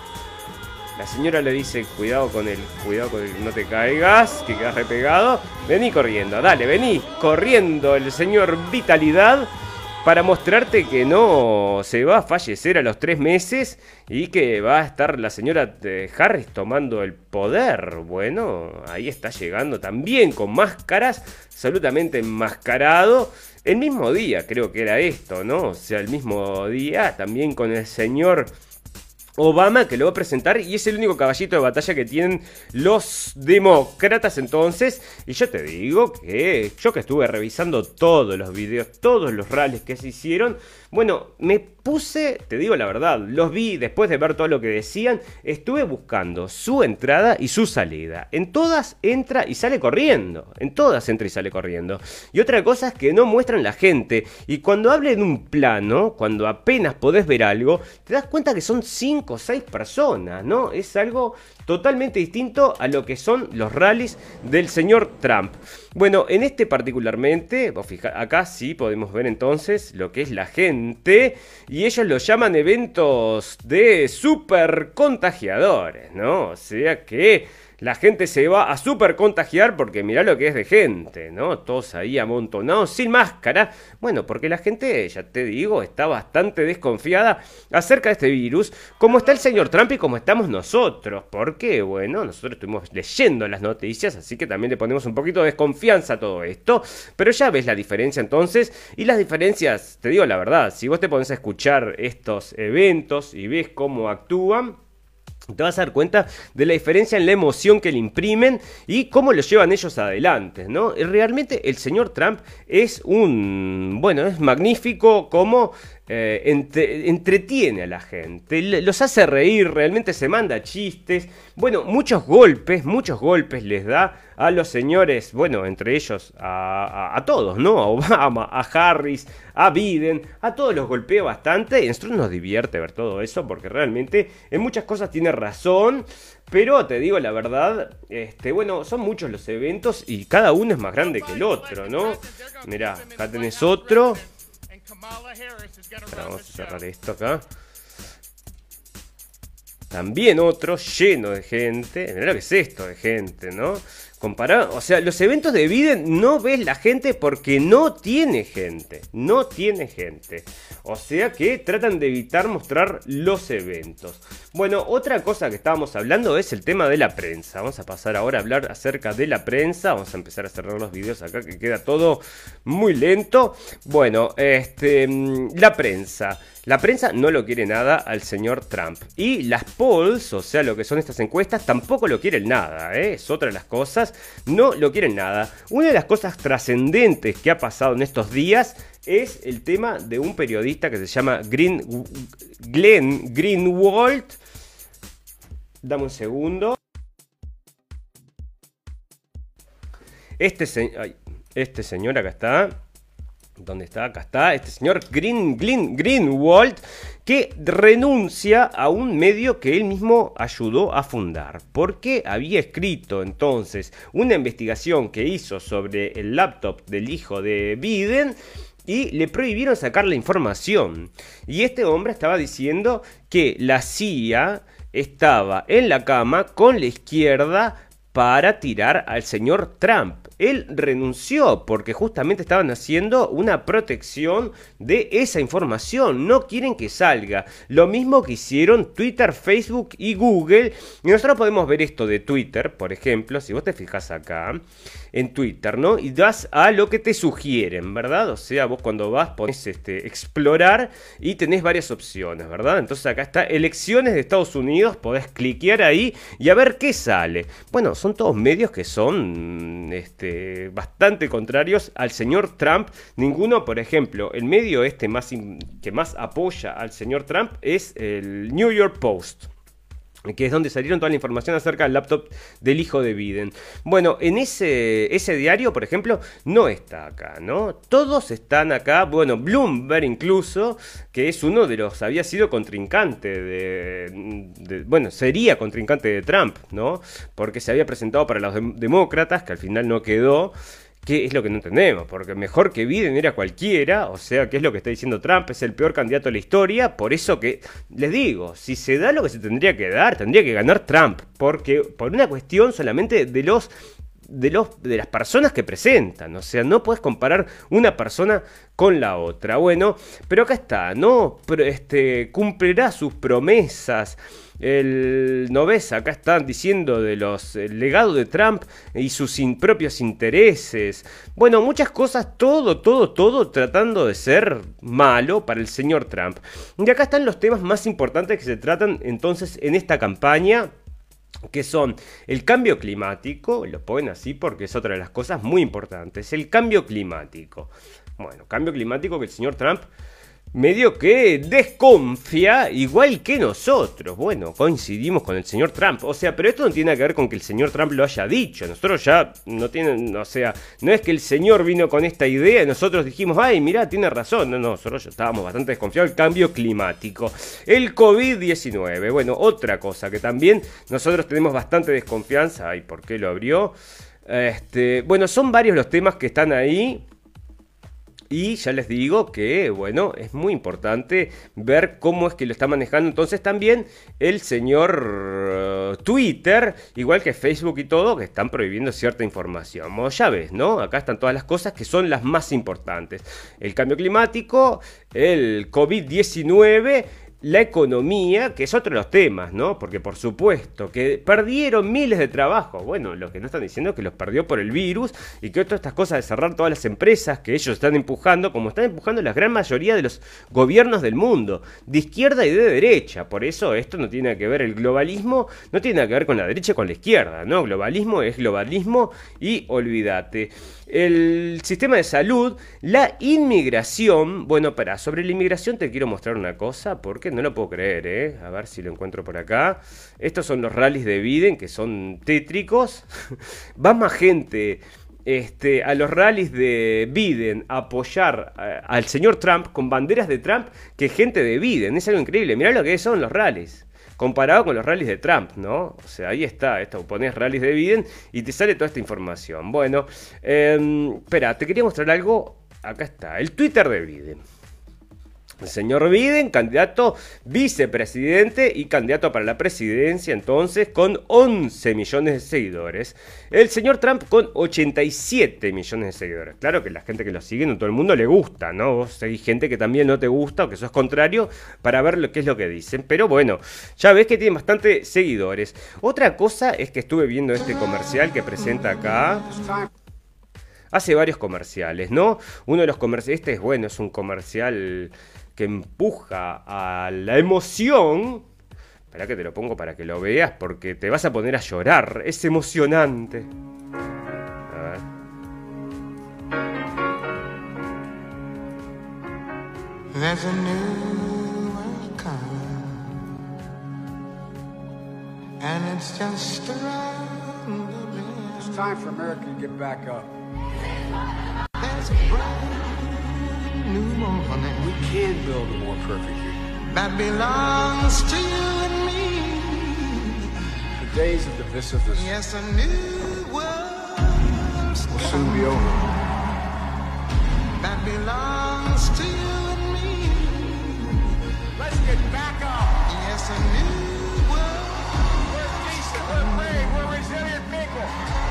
La señora le dice, cuidado con el no te caigas, que quedas repegado. Vení corriendo, dale, vení corriendo el señor Vitalidad. Para mostrarte que no se va a fallecer a los 3 meses y que va a estar la señora Harris tomando el poder. Bueno, ahí está llegando también con máscaras, absolutamente enmascarado. El mismo día creo que era esto, ¿no? O sea, el mismo día también con el señor Obama, que lo va a presentar y es el único caballito de batalla que tienen los demócratas entonces. Y yo te digo que yo que estuve revisando todos los videos, todos los rallies que se hicieron, bueno, me puse, te digo la verdad, los vi después de ver todo lo que decían, estuve buscando su entrada y su salida. En todas entra y sale corriendo, en todas entra y sale corriendo. Y otra cosa es que no muestran la gente. Y cuando hablen en un plano, cuando apenas podés ver algo, te das cuenta que son 5 o 6 personas, ¿no? Es algo totalmente distinto a lo que son los rallies del señor Trump. Bueno, en este particularmente, acá sí podemos ver entonces lo que es la gente, y ellos lo llaman eventos de super contagiadores, ¿no? O sea que la gente se va a super contagiar porque mirá lo que es de gente, ¿no? Todos ahí amontonados, sin máscara. Bueno, porque la gente, ya te digo, está bastante desconfiada acerca de este virus, como está el señor Trump y como estamos nosotros. Porque, bueno, nosotros estuvimos leyendo las noticias, así que también le ponemos un poquito de desconfianza a todo esto. Pero ya ves la diferencia entonces, y las diferencias, te digo la verdad, si vos te pones a escuchar estos eventos y ves cómo actúan, te vas a dar cuenta de la diferencia en la emoción que le imprimen y cómo lo llevan ellos adelante, ¿no? Y realmente el señor Trump es es magnífico como entretiene a la gente, los hace reír, realmente se manda chistes, bueno, muchos golpes les da a los señores, bueno, entre ellos a todos, ¿no? A Obama, a Harris, a Biden, a todos los golpea bastante y a nosotros nos divierte ver todo eso porque realmente en muchas cosas tiene razón, pero te digo la verdad, son muchos los eventos y cada uno es más grande que el otro, ¿no? Mirá, acá tenés otro. Vamos a cerrar esto acá. También otro lleno de gente. Mirá lo que es esto de gente, ¿no? Comparado, o sea, los eventos de Biden no ves la gente porque no tiene gente. No tiene gente. O sea que tratan de evitar mostrar los eventos. Bueno, otra cosa que estábamos hablando es el tema de la prensa. Vamos a pasar ahora a hablar acerca de la prensa. Vamos a empezar a cerrar los videos acá que queda todo muy lento. Bueno, la prensa. La prensa no lo quiere nada al señor Trump. Y las polls, o sea, lo que son estas encuestas, tampoco lo quieren nada, ¿eh? Es otra de las cosas. No lo quieren nada. Una de las cosas trascendentes que ha pasado en estos días es el tema de un periodista que se llama Glenn Greenwald. Dame un segundo. Este señor acá está. ¿Dónde está? Acá está. Este señor Greenwald, que renuncia a un medio que él mismo ayudó a fundar. Porque había escrito entonces una investigación que hizo sobre el laptop del hijo de Biden y le prohibieron sacar la información. Y este hombre estaba diciendo que la CIA estaba en la cama con la izquierda para tirar al señor Trump. Él renunció porque justamente estaban haciendo una protección de esa información. No quieren que salga. Lo mismo que hicieron Twitter, Facebook y Google. Y nosotros podemos ver esto de Twitter, por ejemplo, si vos te fijas acá en Twitter, ¿no? Y das a lo que te sugieren, ¿verdad? O sea, vos cuando vas pones explorar y tenés varias opciones, ¿verdad? Entonces acá está elecciones de Estados Unidos, podés cliquear ahí y a ver qué sale. Bueno, son todos medios que son bastante contrarios al señor Trump. Ninguno, por ejemplo, el medio que más apoya al señor Trump es el New York Post, que es donde salieron toda la información acerca del laptop del hijo de Biden. Bueno, en ese diario, por ejemplo, no está acá, ¿no? Todos están acá, bueno, Bloomberg incluso, que es uno de los, había sido contrincante sería contrincante de Trump, ¿no? Porque se había presentado para los demócratas, que al final no quedó. ¿Qué es lo que no entendemos? Porque mejor que Biden era cualquiera, o sea, ¿qué es lo que está diciendo Trump? Es el peor candidato de la historia, por eso que, les digo, si se da lo que se tendría que dar, tendría que ganar Trump, porque por una cuestión solamente de las personas que presentan, o sea, no puedes comparar una persona con la otra. Bueno, pero acá está, ¿no? Cumplirá sus promesas. ¿No ves? Acá están diciendo de el legado de Trump y sus propios intereses. Bueno, muchas cosas, todo tratando de ser malo para el señor Trump. Y acá están los temas más importantes que se tratan entonces en esta campaña, que son el cambio climático. Lo ponen así porque es otra de las cosas muy importantes. El cambio climático. Bueno, cambio climático que el señor Trump medio que desconfía, igual que nosotros. Bueno, coincidimos con el señor Trump. O sea, pero esto no tiene nada que ver con que el señor Trump lo haya dicho. Nosotros ya no tienen, o sea, no es que el señor vino con esta idea y nosotros dijimos, ay, mirá, tiene razón. No, nosotros ya estábamos bastante desconfiados del cambio climático. El COVID-19. Bueno, otra cosa que también nosotros tenemos bastante desconfianza. Ay, ¿por qué lo abrió? Bueno, son varios los temas que están ahí. Y ya les digo que, bueno, es muy importante ver cómo es que lo está manejando entonces también el señor Twitter, igual que Facebook y todo, que están prohibiendo cierta información. Como ya ves, ¿no? Acá están todas las cosas que son las más importantes. El cambio climático, el COVID-19 la economía, que es otro de los temas, ¿no? Porque por supuesto que perdieron miles de trabajos. Bueno, lo que no están diciendo es que los perdió por el virus y que todas estas cosas de cerrar todas las empresas que ellos están empujando, como están empujando la gran mayoría de los gobiernos del mundo, de izquierda y de derecha. Por eso esto no tiene que ver, el globalismo no tiene nada que ver con la derecha y con la izquierda, ¿no? Globalismo es globalismo y olvídate. El sistema de salud, la inmigración. Bueno, sobre la inmigración te quiero mostrar una cosa, porque no lo puedo creer, ¿eh? A ver si lo encuentro por acá. Estos son los rallies de Biden, que son tétricos. Va más gente a los rallies de Biden a apoyar al señor Trump con banderas de Trump que gente de Biden. Es algo increíble. Mirá lo que son los rallies comparado con los rallies de Trump, ¿no? O sea, ahí está, pones rallies de Biden y te sale toda esta información. Bueno, espera, te quería mostrar algo. Acá está, el Twitter de Biden. El señor Biden, candidato vicepresidente y candidato para la presidencia, entonces, con 11 millones de seguidores. El señor Trump con 87 millones de seguidores. Claro que la gente que lo sigue, no todo el mundo le gusta, ¿no? Vos seguís gente que también no te gusta o que sos contrario para ver qué es lo que dicen. Pero bueno, ya ves que tiene bastante seguidores. Otra cosa es que estuve viendo este comercial que presenta acá. Hace varios comerciales, ¿no? Uno de los comerciales, este es bueno, es un comercial que empuja a la emoción. Espera que te lo pongo para que lo veas, porque te vas a poner a llorar. Es emocionante. A ver. There's a new world coming, and it's just around the bend. It's time for America to get back up. There's a brand new morning. We can build a more perfect union. That belongs to you and me. The days of divisiveness Yes, a new world will soon be over. that belongs to you and me. Let's get back up. Yes, a new world. We're decent, we're brave, we're resilient people.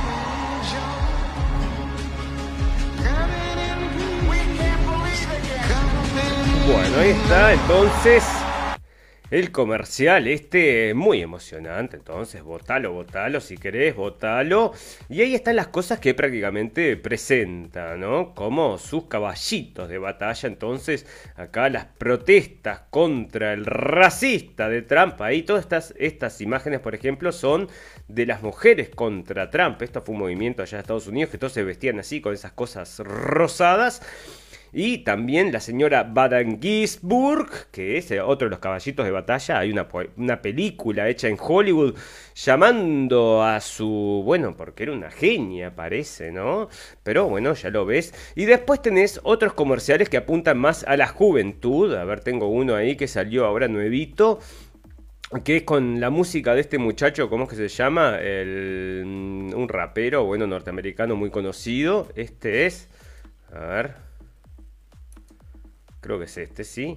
We can't believe again. Bueno, ahí está, entonces, el comercial muy emocionante. Entonces, votalo si querés, votalo. Y ahí están las cosas que prácticamente presenta, ¿no? Como sus caballitos de batalla. Entonces, acá las protestas contra el racista de Trump. Ahí todas estas imágenes, por ejemplo, son de las mujeres contra Trump. Esto fue un movimiento allá en Estados Unidos que todos se vestían así, con esas cosas rosadas. Y también la señora Baden Ginsburg, que es otro de los caballitos de batalla. Hay una película hecha en Hollywood llamando a su... Bueno, porque era una genia, parece, ¿no? Pero bueno, ya lo ves. Y después tenés otros comerciales que apuntan más a la juventud. A ver, tengo uno ahí que salió ahora nuevito, que es con la música de este muchacho, ¿cómo es que se llama? Un rapero, bueno, norteamericano muy conocido. Este es... A ver... Creo que es este, sí.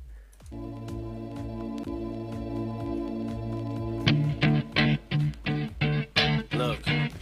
Look,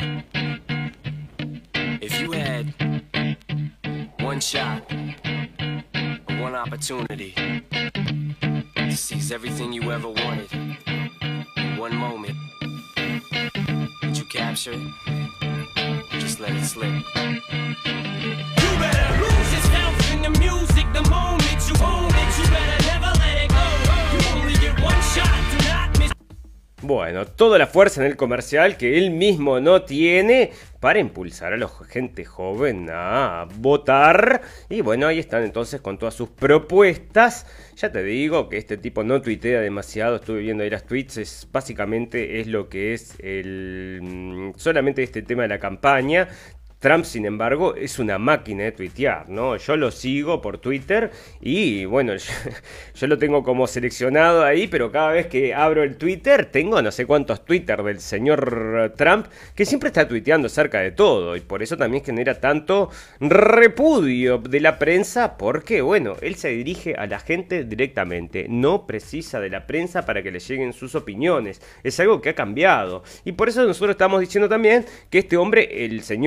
if you had one shot, one opportunity to seize everything you ever wanted in one moment, did you capture it? Just let it slip. You better lose yourself in the music the moment you own it. You better never let it go. You only get one shot, do not miss. Bueno, toda la fuerza en el comercial que él mismo no tiene para impulsar a la gente joven a votar. Y bueno, ahí están entonces con todas sus propuestas. Ya te digo que este tipo no tuitea demasiado. Estuve viendo ahí las tweets. Básicamente es lo que es solamente este tema de la campaña. Trump, sin embargo, es una máquina de tuitear, ¿no? Yo lo sigo por Twitter y, bueno, yo lo tengo como seleccionado ahí, pero cada vez que abro el Twitter, tengo no sé cuántos Twitter del señor Trump, que siempre está tuiteando acerca de todo, y por eso también genera tanto repudio de la prensa, porque, bueno, él se dirige a la gente directamente, no precisa de la prensa para que le lleguen sus opiniones. Es algo que ha cambiado, y por eso nosotros estamos diciendo también que este hombre, el señor Trump,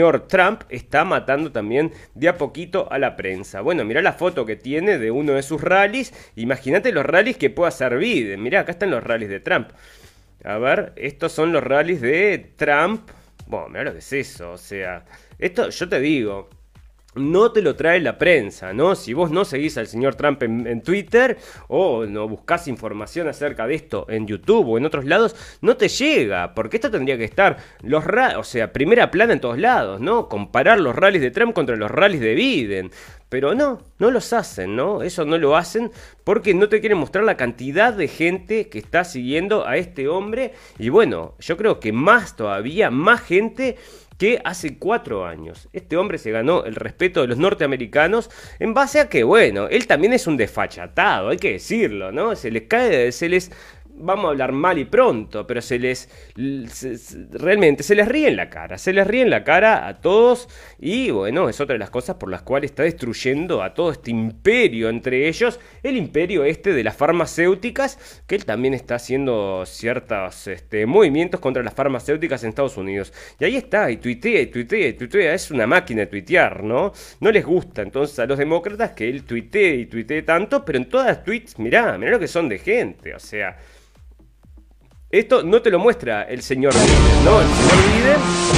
Trump está matando también de a poquito a la prensa. Bueno, mirá la foto que tiene de uno de sus rallies. Imagínate los rallies que pueda hacer Biden. Mirá, acá están los rallies de Trump. A ver, estos son los rallies de Trump. Bueno, mirá lo que es eso, o sea, esto yo te digo, no te lo trae la prensa, ¿no? Si vos no seguís al señor Trump en Twitter o no buscás información acerca de esto en YouTube o en otros lados, no te llega, porque esto tendría que estar, o sea, primera plana en todos lados, ¿no? Comparar los rallies de Trump contra los rallies de Biden. Pero no los hacen, ¿no? Eso no lo hacen porque no te quieren mostrar la cantidad de gente que está siguiendo a este hombre. Y bueno, yo creo que más todavía, más gente que hace 4 años. Este hombre se ganó el respeto de los norteamericanos en base a que, bueno, él también es un desfachatado, hay que decirlo, ¿no? Vamos a hablar mal y pronto, pero realmente se les ríe en la cara, a todos, y bueno, es otra de las cosas por las cuales está destruyendo a todo este imperio, entre ellos, el imperio este de las farmacéuticas, que él también está haciendo ciertos movimientos contra las farmacéuticas en Estados Unidos, y ahí está, y tuitea, es una máquina de tuitear, ¿no? No les gusta entonces a los demócratas que él tuitee tanto, pero en todas las tweets, mirá lo que son de gente, o sea... Esto no te lo muestra el señor Biden, ¿no? El señor Biden...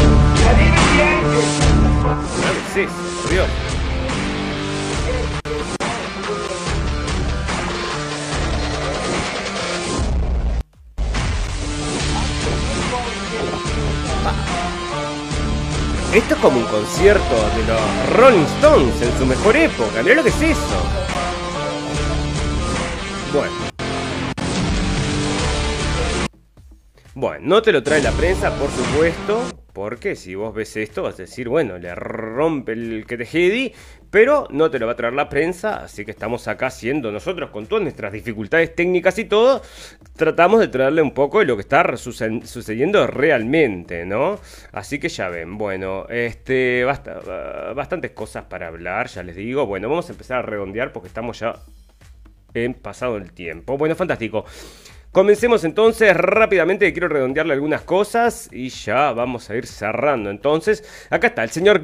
¿Qué es eso, por Dios? Esto es como un concierto de los Rolling Stones en su mejor época. Mirá lo que es eso. Bueno, no te lo trae la prensa, por supuesto, porque si vos ves esto vas a decir, bueno, le rompe el que te jedi, pero no te lo va a traer la prensa, así que estamos acá haciendo nosotros con todas nuestras dificultades técnicas y todo, tratamos de traerle un poco de lo que está sucediendo realmente, ¿no? Así que ya ven, bueno, bastantes cosas para hablar, ya les digo, bueno, vamos a empezar a redondear porque estamos ya en pasado el tiempo. Bueno, fantástico. Comencemos entonces rápidamente, quiero redondearle algunas cosas y ya vamos a ir cerrando. Entonces, acá está el señor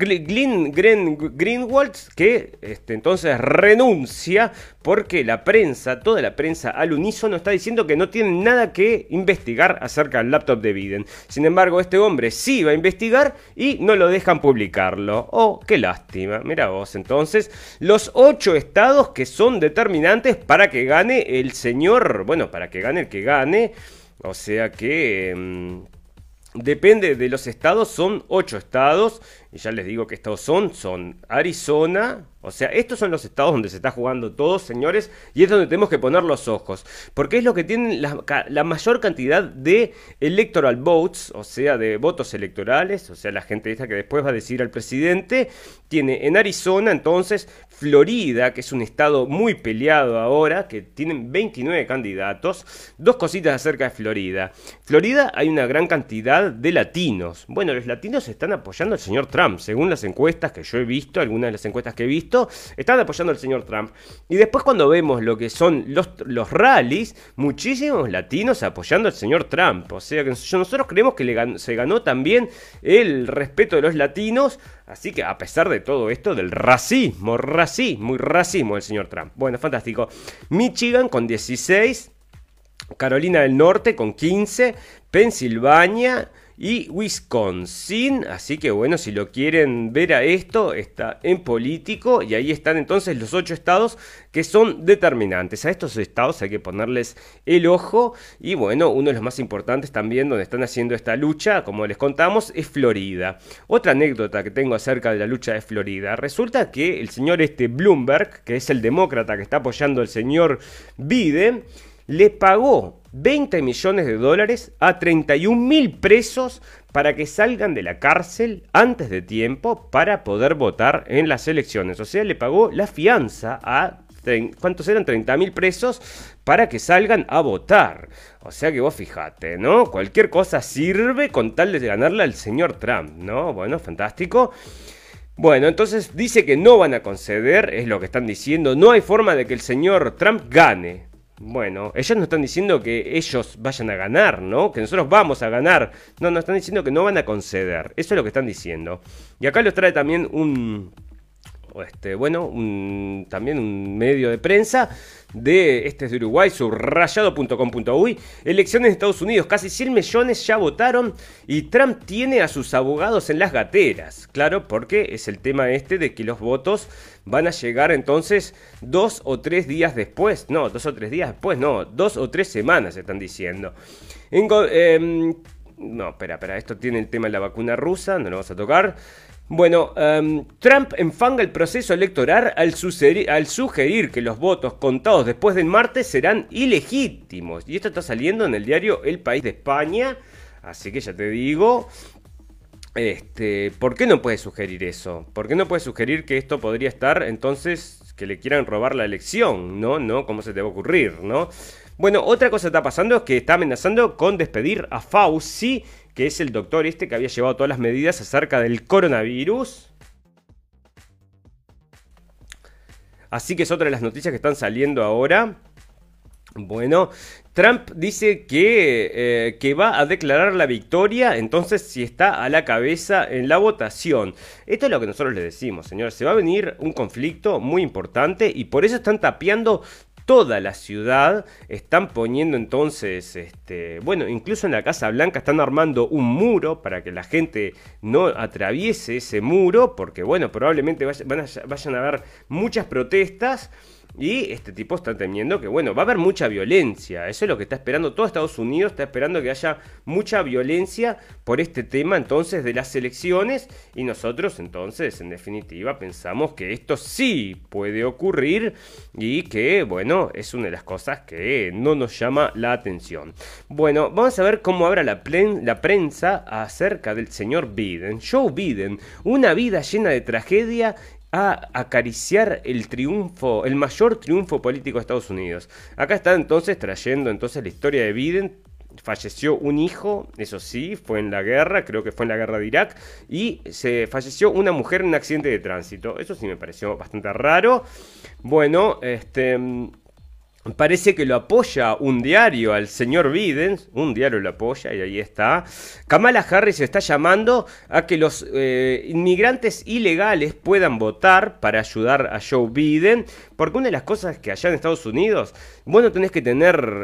Greenwald, que entonces renuncia porque la prensa, toda la prensa al unísono está diciendo que no tienen nada que investigar acerca del laptop de Biden. Sin embargo, este hombre sí va a investigar y no lo dejan publicarlo. Oh, qué lástima. Mira vos, entonces, los 8 estados que son determinantes para que gane el señor, bueno, para que gane el que gane, o sea que depende de los estados, son 8 estados, y ya les digo qué estados son Arizona, o sea, estos son los estados donde se está jugando todo, señores, y es donde tenemos que poner los ojos, porque es lo que tienen la mayor cantidad de electoral votes, o sea, de votos electorales, o sea, la gente esta que después va a decidir al presidente, tiene en Arizona, entonces, Florida, que es un estado muy peleado ahora, que tienen 29 candidatos. Dos cositas acerca de Florida. Florida hay una gran cantidad de latinos. Bueno, los latinos están apoyando al señor Trump, según las encuestas que yo he visto, algunas de las encuestas que he visto, están apoyando al señor Trump. Y después cuando vemos lo que son los rallies, muchísimos latinos apoyando al señor Trump. O sea que nosotros creemos que se ganó también el respeto de los latinos. Así que a pesar de todo esto del racismo del señor Trump. Bueno, fantástico. Michigan con 16, Carolina del Norte con 15, Pensilvania y Wisconsin. Así que bueno, si lo quieren ver a esto, está en Político y ahí están entonces los 8 estados que son determinantes. A estos estados hay que ponerles el ojo y bueno, uno de los más importantes también donde están haciendo esta lucha, como les contamos, es Florida. Otra anécdota que tengo acerca de la lucha de Florida. Resulta que el señor Bloomberg, que es el demócrata que está apoyando al señor Biden, le pagó $20 millones a 31.000 presos para que salgan de la cárcel antes de tiempo para poder votar en las elecciones. O sea, le pagó la fianza a, ¿cuántos eran? 30.000 presos para que salgan a votar. O sea que vos fijate, ¿no? Cualquier cosa sirve con tal de ganarle al señor Trump, ¿no? Bueno, fantástico. Bueno, entonces dice que no van a conceder, es lo que están diciendo. No hay forma de que el señor Trump gane. Bueno, ellos no están diciendo que ellos vayan a ganar, ¿no? Que nosotros vamos a ganar. No, no están diciendo que no van a conceder. Eso es lo que están diciendo. Y acá los trae también también un medio de prensa es de Uruguay, subrayado.com.uy. Elecciones en Estados Unidos, casi 100 millones ya votaron y Trump tiene a sus abogados en las gateras. Claro, porque es el tema de que los votos van a llegar entonces 2 o 3 días después. No, 2 o 3 días después, no, 2 o 3 semanas están diciendo. No, espera, esto tiene el tema de la vacuna rusa, no lo vamos a tocar. Bueno, Trump enfanga el proceso electoral al sugerir que los votos contados después del martes serán ilegítimos. Y esto está saliendo en el diario El País de España. Así que ya te digo, ¿por qué no puede sugerir eso? ¿Por qué no puede sugerir que esto podría estar, entonces, que le quieran robar la elección? No, ¿cómo se te va a ocurrir, no? Bueno, otra cosa que está pasando es que está amenazando con despedir a Fauci, que es el doctor que había llevado todas las medidas acerca del coronavirus. Así que es otra de las noticias que están saliendo ahora. Bueno, Trump dice que va a declarar la victoria, entonces si está a la cabeza en la votación. Esto es lo que nosotros le decimos, señores. Se va a venir un conflicto muy importante y por eso están tapiando toda la ciudad. Están poniendo entonces, incluso en la Casa Blanca están armando un muro para que la gente no atraviese ese muro, porque probablemente vayan a haber muchas protestas. Y este tipo está temiendo que, va a haber mucha violencia. Eso es lo que está esperando todo Estados Unidos. Está esperando que haya mucha violencia por este tema, entonces, de las elecciones. Y nosotros, entonces, en definitiva, pensamos que esto sí puede ocurrir. Y que, es una de las cosas que no nos llama la atención. Bueno, vamos a ver cómo habla la prensa acerca del señor Biden. Joe Biden, una vida llena de tragedia, a acariciar el mayor triunfo político de Estados Unidos. Acá está entonces trayendo la historia de Biden. Falleció un hijo, eso sí, fue en la guerra, creo que fue en la guerra de Irak, y se falleció una mujer en un accidente de tránsito. Eso sí me pareció bastante raro. Bueno, parece que lo apoya un diario al señor Biden, un diario lo apoya y ahí está. Kamala Harris está llamando a que los inmigrantes ilegales puedan votar para ayudar a Joe Biden, porque una de las cosas que allá en Estados Unidos, tenés que tener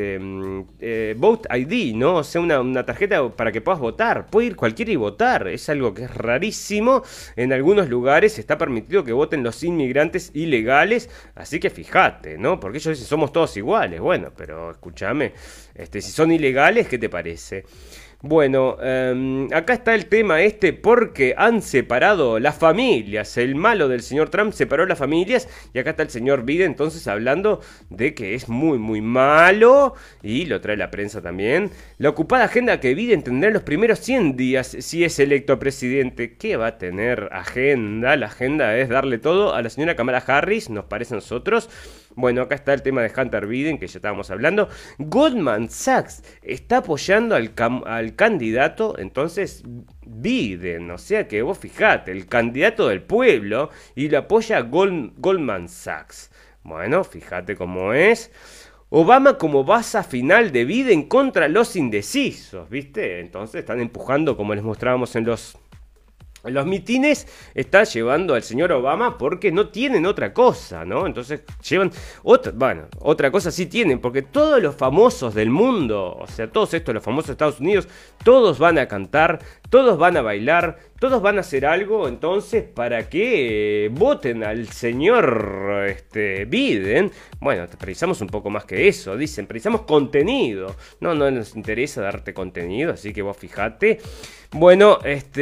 Vote ID, ¿no? O sea, una tarjeta para que puedas votar. Puede ir cualquiera y votar, es algo que es rarísimo. En algunos lugares está permitido que voten los inmigrantes ilegales, así que fíjate, ¿no? Porque ellos dicen somos todos iguales. Bueno, pero escúchame, si son ilegales, ¿qué te parece? Bueno, acá está el tema porque han separado las familias. El malo del señor Trump separó las familias y acá está el señor Biden entonces hablando de que es muy muy malo y lo trae la prensa también. La ocupada agenda que Biden tendrá en los primeros 100 días si es electo presidente. ¿Qué va a tener agenda? La agenda es darle todo a la señora Kamala Harris, nos parece a nosotros. Bueno, acá está el tema de Hunter Biden, que ya estábamos hablando. Goldman Sachs está apoyando al candidato, entonces, Biden. O sea que vos fijate, el candidato del pueblo, y lo apoya Goldman Sachs. Bueno, fíjate cómo es. Obama como base final de Biden contra los indecisos, ¿viste? Entonces están empujando, como les mostrábamos en los mitines, está llevando al señor Obama porque no tienen otra cosa, ¿no? Entonces llevan otra cosa sí tienen, porque todos los famosos del mundo, o sea, todos estos, los famosos de Estados Unidos, todos van a cantar, todos van a bailar, todos van a hacer algo, entonces, para que voten al señor Biden. Bueno, precisamos un poco más que eso, dicen, precisamos contenido. No nos interesa darte contenido, así que vos fijate. Bueno,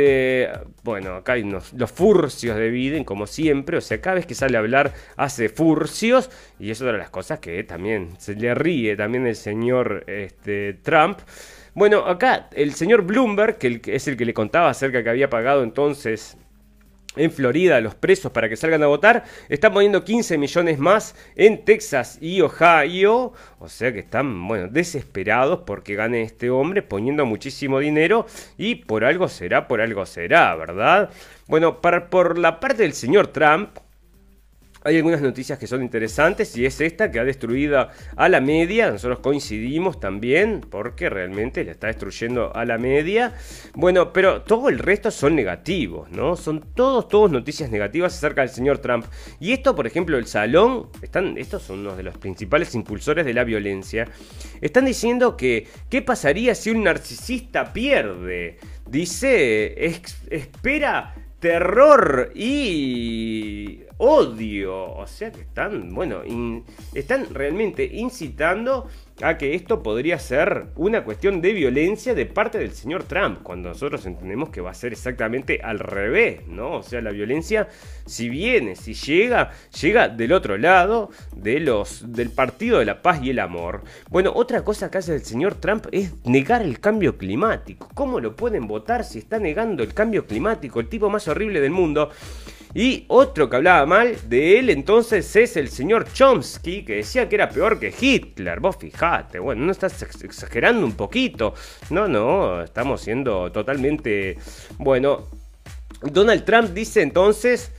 acá hay los furcios de Biden, como siempre. O sea, cada vez que sale a hablar hace furcios. Y es otra de las cosas que también se le ríe también el señor Trump. Bueno, acá el señor Bloomberg, que es el que le contaba acerca que había pagado entonces en Florida a los presos para que salgan a votar, están poniendo 15 millones más en Texas y Ohio. O sea que están, desesperados porque gane este hombre, poniendo muchísimo dinero. Y por algo será, ¿verdad? Bueno, por la parte del señor Trump, Hay algunas noticias que son interesantes y es esta que ha destruido a la media. Nosotros coincidimos también porque realmente le está destruyendo a la media. Bueno, pero todo el resto son negativos, ¿no? Son todos noticias negativas acerca del señor Trump. Y esto, por ejemplo, el Salón, estos son unos de los principales impulsores de la violencia. Están diciendo que, ¿qué pasaría si un narcisista pierde? Dice, espera terror y odio, o sea que están realmente incitando a que esto podría ser una cuestión de violencia de parte del señor Trump, cuando nosotros entendemos que va a ser exactamente al revés, ¿no? O sea, la violencia, si llega del otro lado, del Partido de la Paz y el Amor. Bueno, otra cosa que hace el señor Trump es negar el cambio climático. ¿Cómo lo pueden votar si está negando el cambio climático? El tipo más horrible del mundo. Y otro que hablaba mal de él entonces es el señor Chomsky, que decía que era peor que Hitler. Vos fijate, bueno, no estás exagerando un poquito. No, estamos siendo totalmente... Bueno, Donald Trump dice entonces...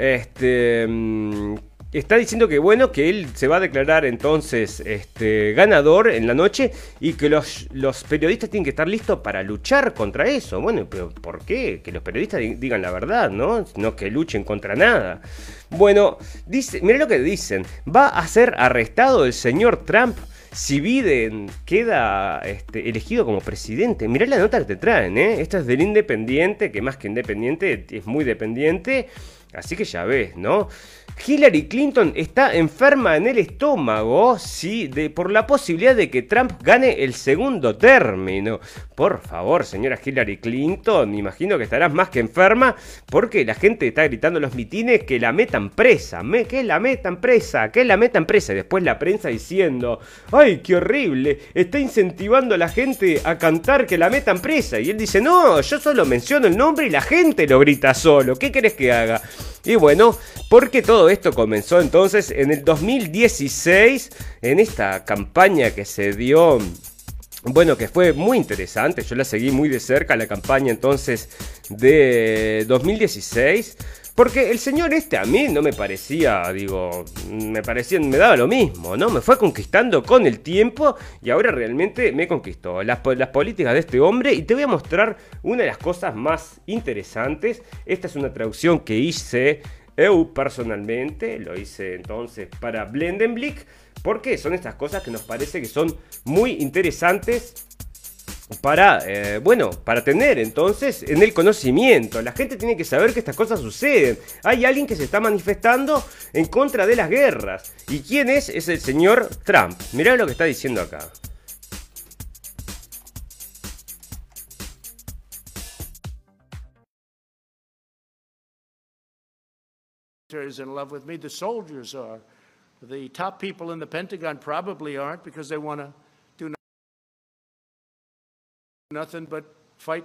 Está diciendo que bueno, que él se va a declarar entonces ganador en la noche y que los periodistas tienen que estar listos para luchar contra eso. Bueno, pero ¿por qué? Que los periodistas digan la verdad, ¿no? No que luchen contra nada. Bueno, mirá lo que dicen. Va a ser arrestado el señor Trump si Biden queda elegido como presidente. Mirá la nota que te traen, ¿eh? Esto es del Independiente, que más que independiente es muy dependiente. Así que ya ves, ¿no? Hillary Clinton está enferma en el estómago, sí, por la posibilidad de que Trump gane el segundo término. Por favor, señora Hillary Clinton, me imagino que estarás más que enferma porque la gente está gritando en los mitines que la metan presa, que la metan presa. Y después la prensa diciendo, ¡ay, qué horrible! Está incentivando a la gente a cantar que la metan presa. Y él dice, no, yo solo menciono el nombre y la gente lo grita solo. ¿Qué querés que haga? Y bueno, porque todo esto comenzó entonces en el 2016, en esta campaña que se dio, bueno, que fue muy interesante, yo la seguí muy de cerca, la campaña entonces de 2016, porque el señor a mí no me parecía, me daba lo mismo, ¿no? Me fue conquistando con el tiempo y ahora realmente me conquistó las políticas de este hombre. Y te voy a mostrar una de las cosas más interesantes. Esta es una traducción que hice yo personalmente, lo hice entonces para Blendenblick, porque son estas cosas que nos parece que son muy interesantes para tener entonces en el conocimiento. La gente tiene que saber que estas cosas suceden. Hay alguien que se está manifestando en contra de las guerras. ¿Y quién es? Es el señor Trump. Mirá lo que está diciendo acá. Is in love with me. The soldiers are. The top people in the Pentagon probably aren't, because they want to do nothing but fight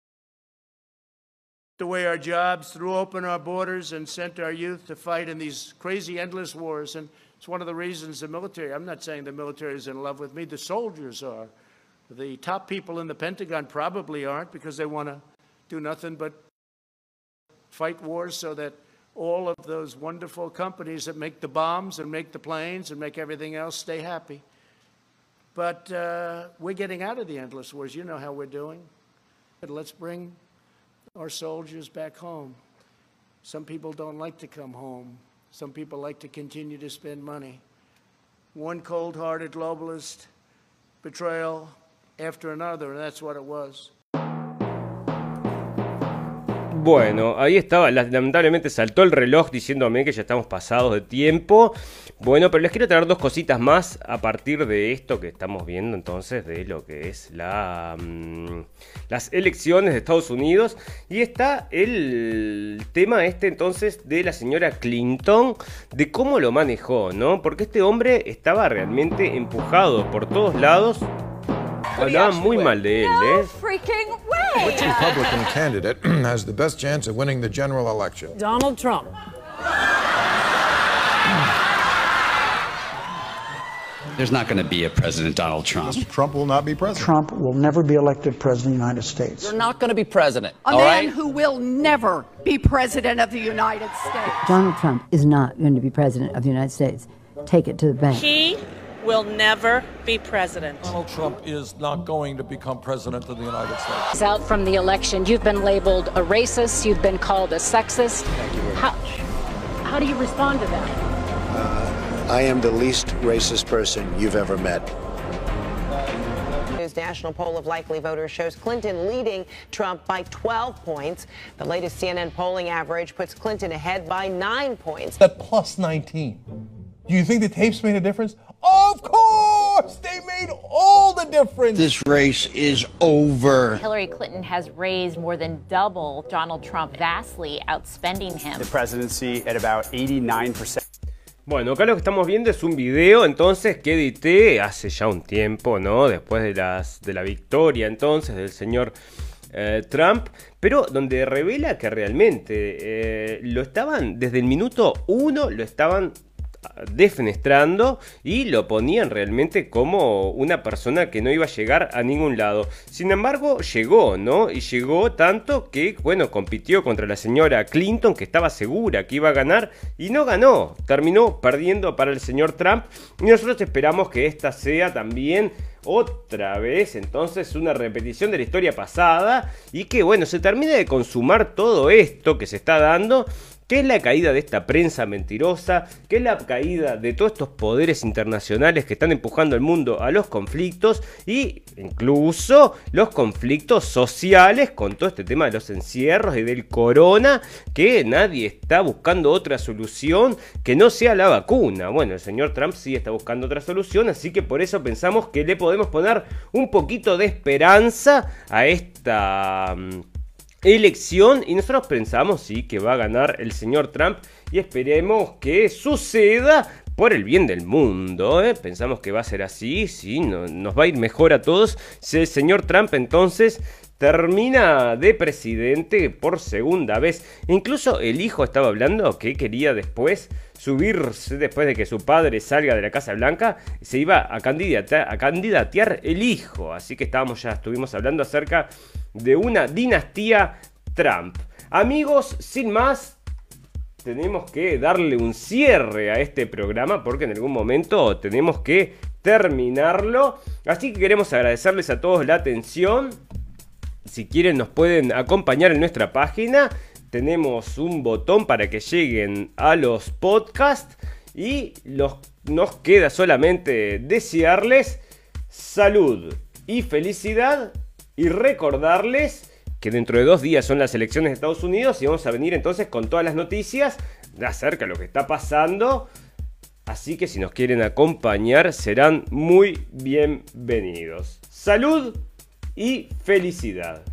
away our jobs, threw open our borders, and sent our youth to fight in these crazy, endless wars. And it's one of the reasons the military, I'm not saying the military is in love with me, the soldiers are. The top people in the Pentagon probably aren't, because they want to do nothing but fight wars so that all of those wonderful companies that make the bombs and make the planes and make everything else stay happy. But we're getting out of the endless wars. You know how we're doing. But let's bring our soldiers back home. Some people don't like to come home. Some people like to continue to spend money. One cold-hearted globalist betrayal after another, and that's what it was. Bueno, ahí estaba, lamentablemente saltó el reloj diciéndome que ya estamos pasados de tiempo. Bueno, pero les quiero traer dos cositas más a partir de esto que estamos viendo entonces de lo que es las elecciones de Estados Unidos. Y está el tema entonces de la señora Clinton, de cómo lo manejó, ¿no? Porque este hombre estaba realmente empujado por todos lados. Hablaban muy mal de él, ¿eh? Which Republican candidate has the best chance of winning the general election? Donald Trump. There's not going to be a President Donald Trump. Mr. Trump will not be president. Trump will never be elected president of the United States. You're not going to be president. A man who will never be president of the United States. Donald Trump is not going to be president of the United States. Take it to the bank. He will never be president. Donald Trump is not going to become president of the United States. He's out from the election. You've been labeled a racist. You've been called a sexist. Thank you very much. How do you respond to that? I am the least racist person you've ever met. News national poll of likely voters shows Clinton leading Trump by 12 points. The latest CNN polling average puts Clinton ahead by 9 points. At plus 19. Do you think the tapes made a difference? Of course! They made all the difference! This race is over. Hillary Clinton has raised more than double Donald Trump, vastly outspending him. The presidency at about 89%. Bueno, acá lo que estamos viendo es un video entonces que edité hace ya un tiempo, ¿no? Después de la victoria entonces del señor Trump, pero donde revela que realmente lo estaban, desde el minuto 1 lo estaban defenestrando y lo ponían realmente como una persona que no iba a llegar a ningún lado. Sin embargo, llegó, ¿no? Y llegó tanto que, bueno, compitió contra la señora Clinton, que estaba segura que iba a ganar, y no ganó. Terminó perdiendo para el señor Trump, y nosotros esperamos que esta sea también otra vez entonces una repetición de la historia pasada, y que, bueno, se termine de consumar todo esto que se está dando, que es la caída de esta prensa mentirosa, que es la caída de todos estos poderes internacionales que están empujando al mundo a los conflictos, y incluso los conflictos sociales con todo este tema de los encierros y del corona, que nadie está buscando otra solución que no sea la vacuna. Bueno, el señor Trump sí está buscando otra solución, así que por eso pensamos que le podemos poner un poquito de esperanza a esta elección, y nosotros pensamos sí que va a ganar el señor Trump, y esperemos que suceda por el bien del mundo, ¿eh? Pensamos que va a ser así, sí, nos va a ir mejor a todos si el señor Trump entonces termina de presidente por segunda vez. Incluso el hijo estaba hablando que quería después subirse, después de que su padre salga de la Casa Blanca, se iba a candidatear el hijo. Así que estuvimos hablando acerca de una dinastía Trump. Amigos, sin más, tenemos que darle un cierre a este programa porque en algún momento tenemos que terminarlo. Así que queremos agradecerles a todos la atención. Si quieren nos pueden acompañar en nuestra página. Tenemos un botón para que lleguen a los podcasts. Y nos queda solamente desearles salud y felicidad. Y recordarles que dentro de 2 días son las elecciones de Estados Unidos. Y vamos a venir entonces con todas las noticias acerca de lo que está pasando. Así que si nos quieren acompañar serán muy bienvenidos. Salud y felicidad.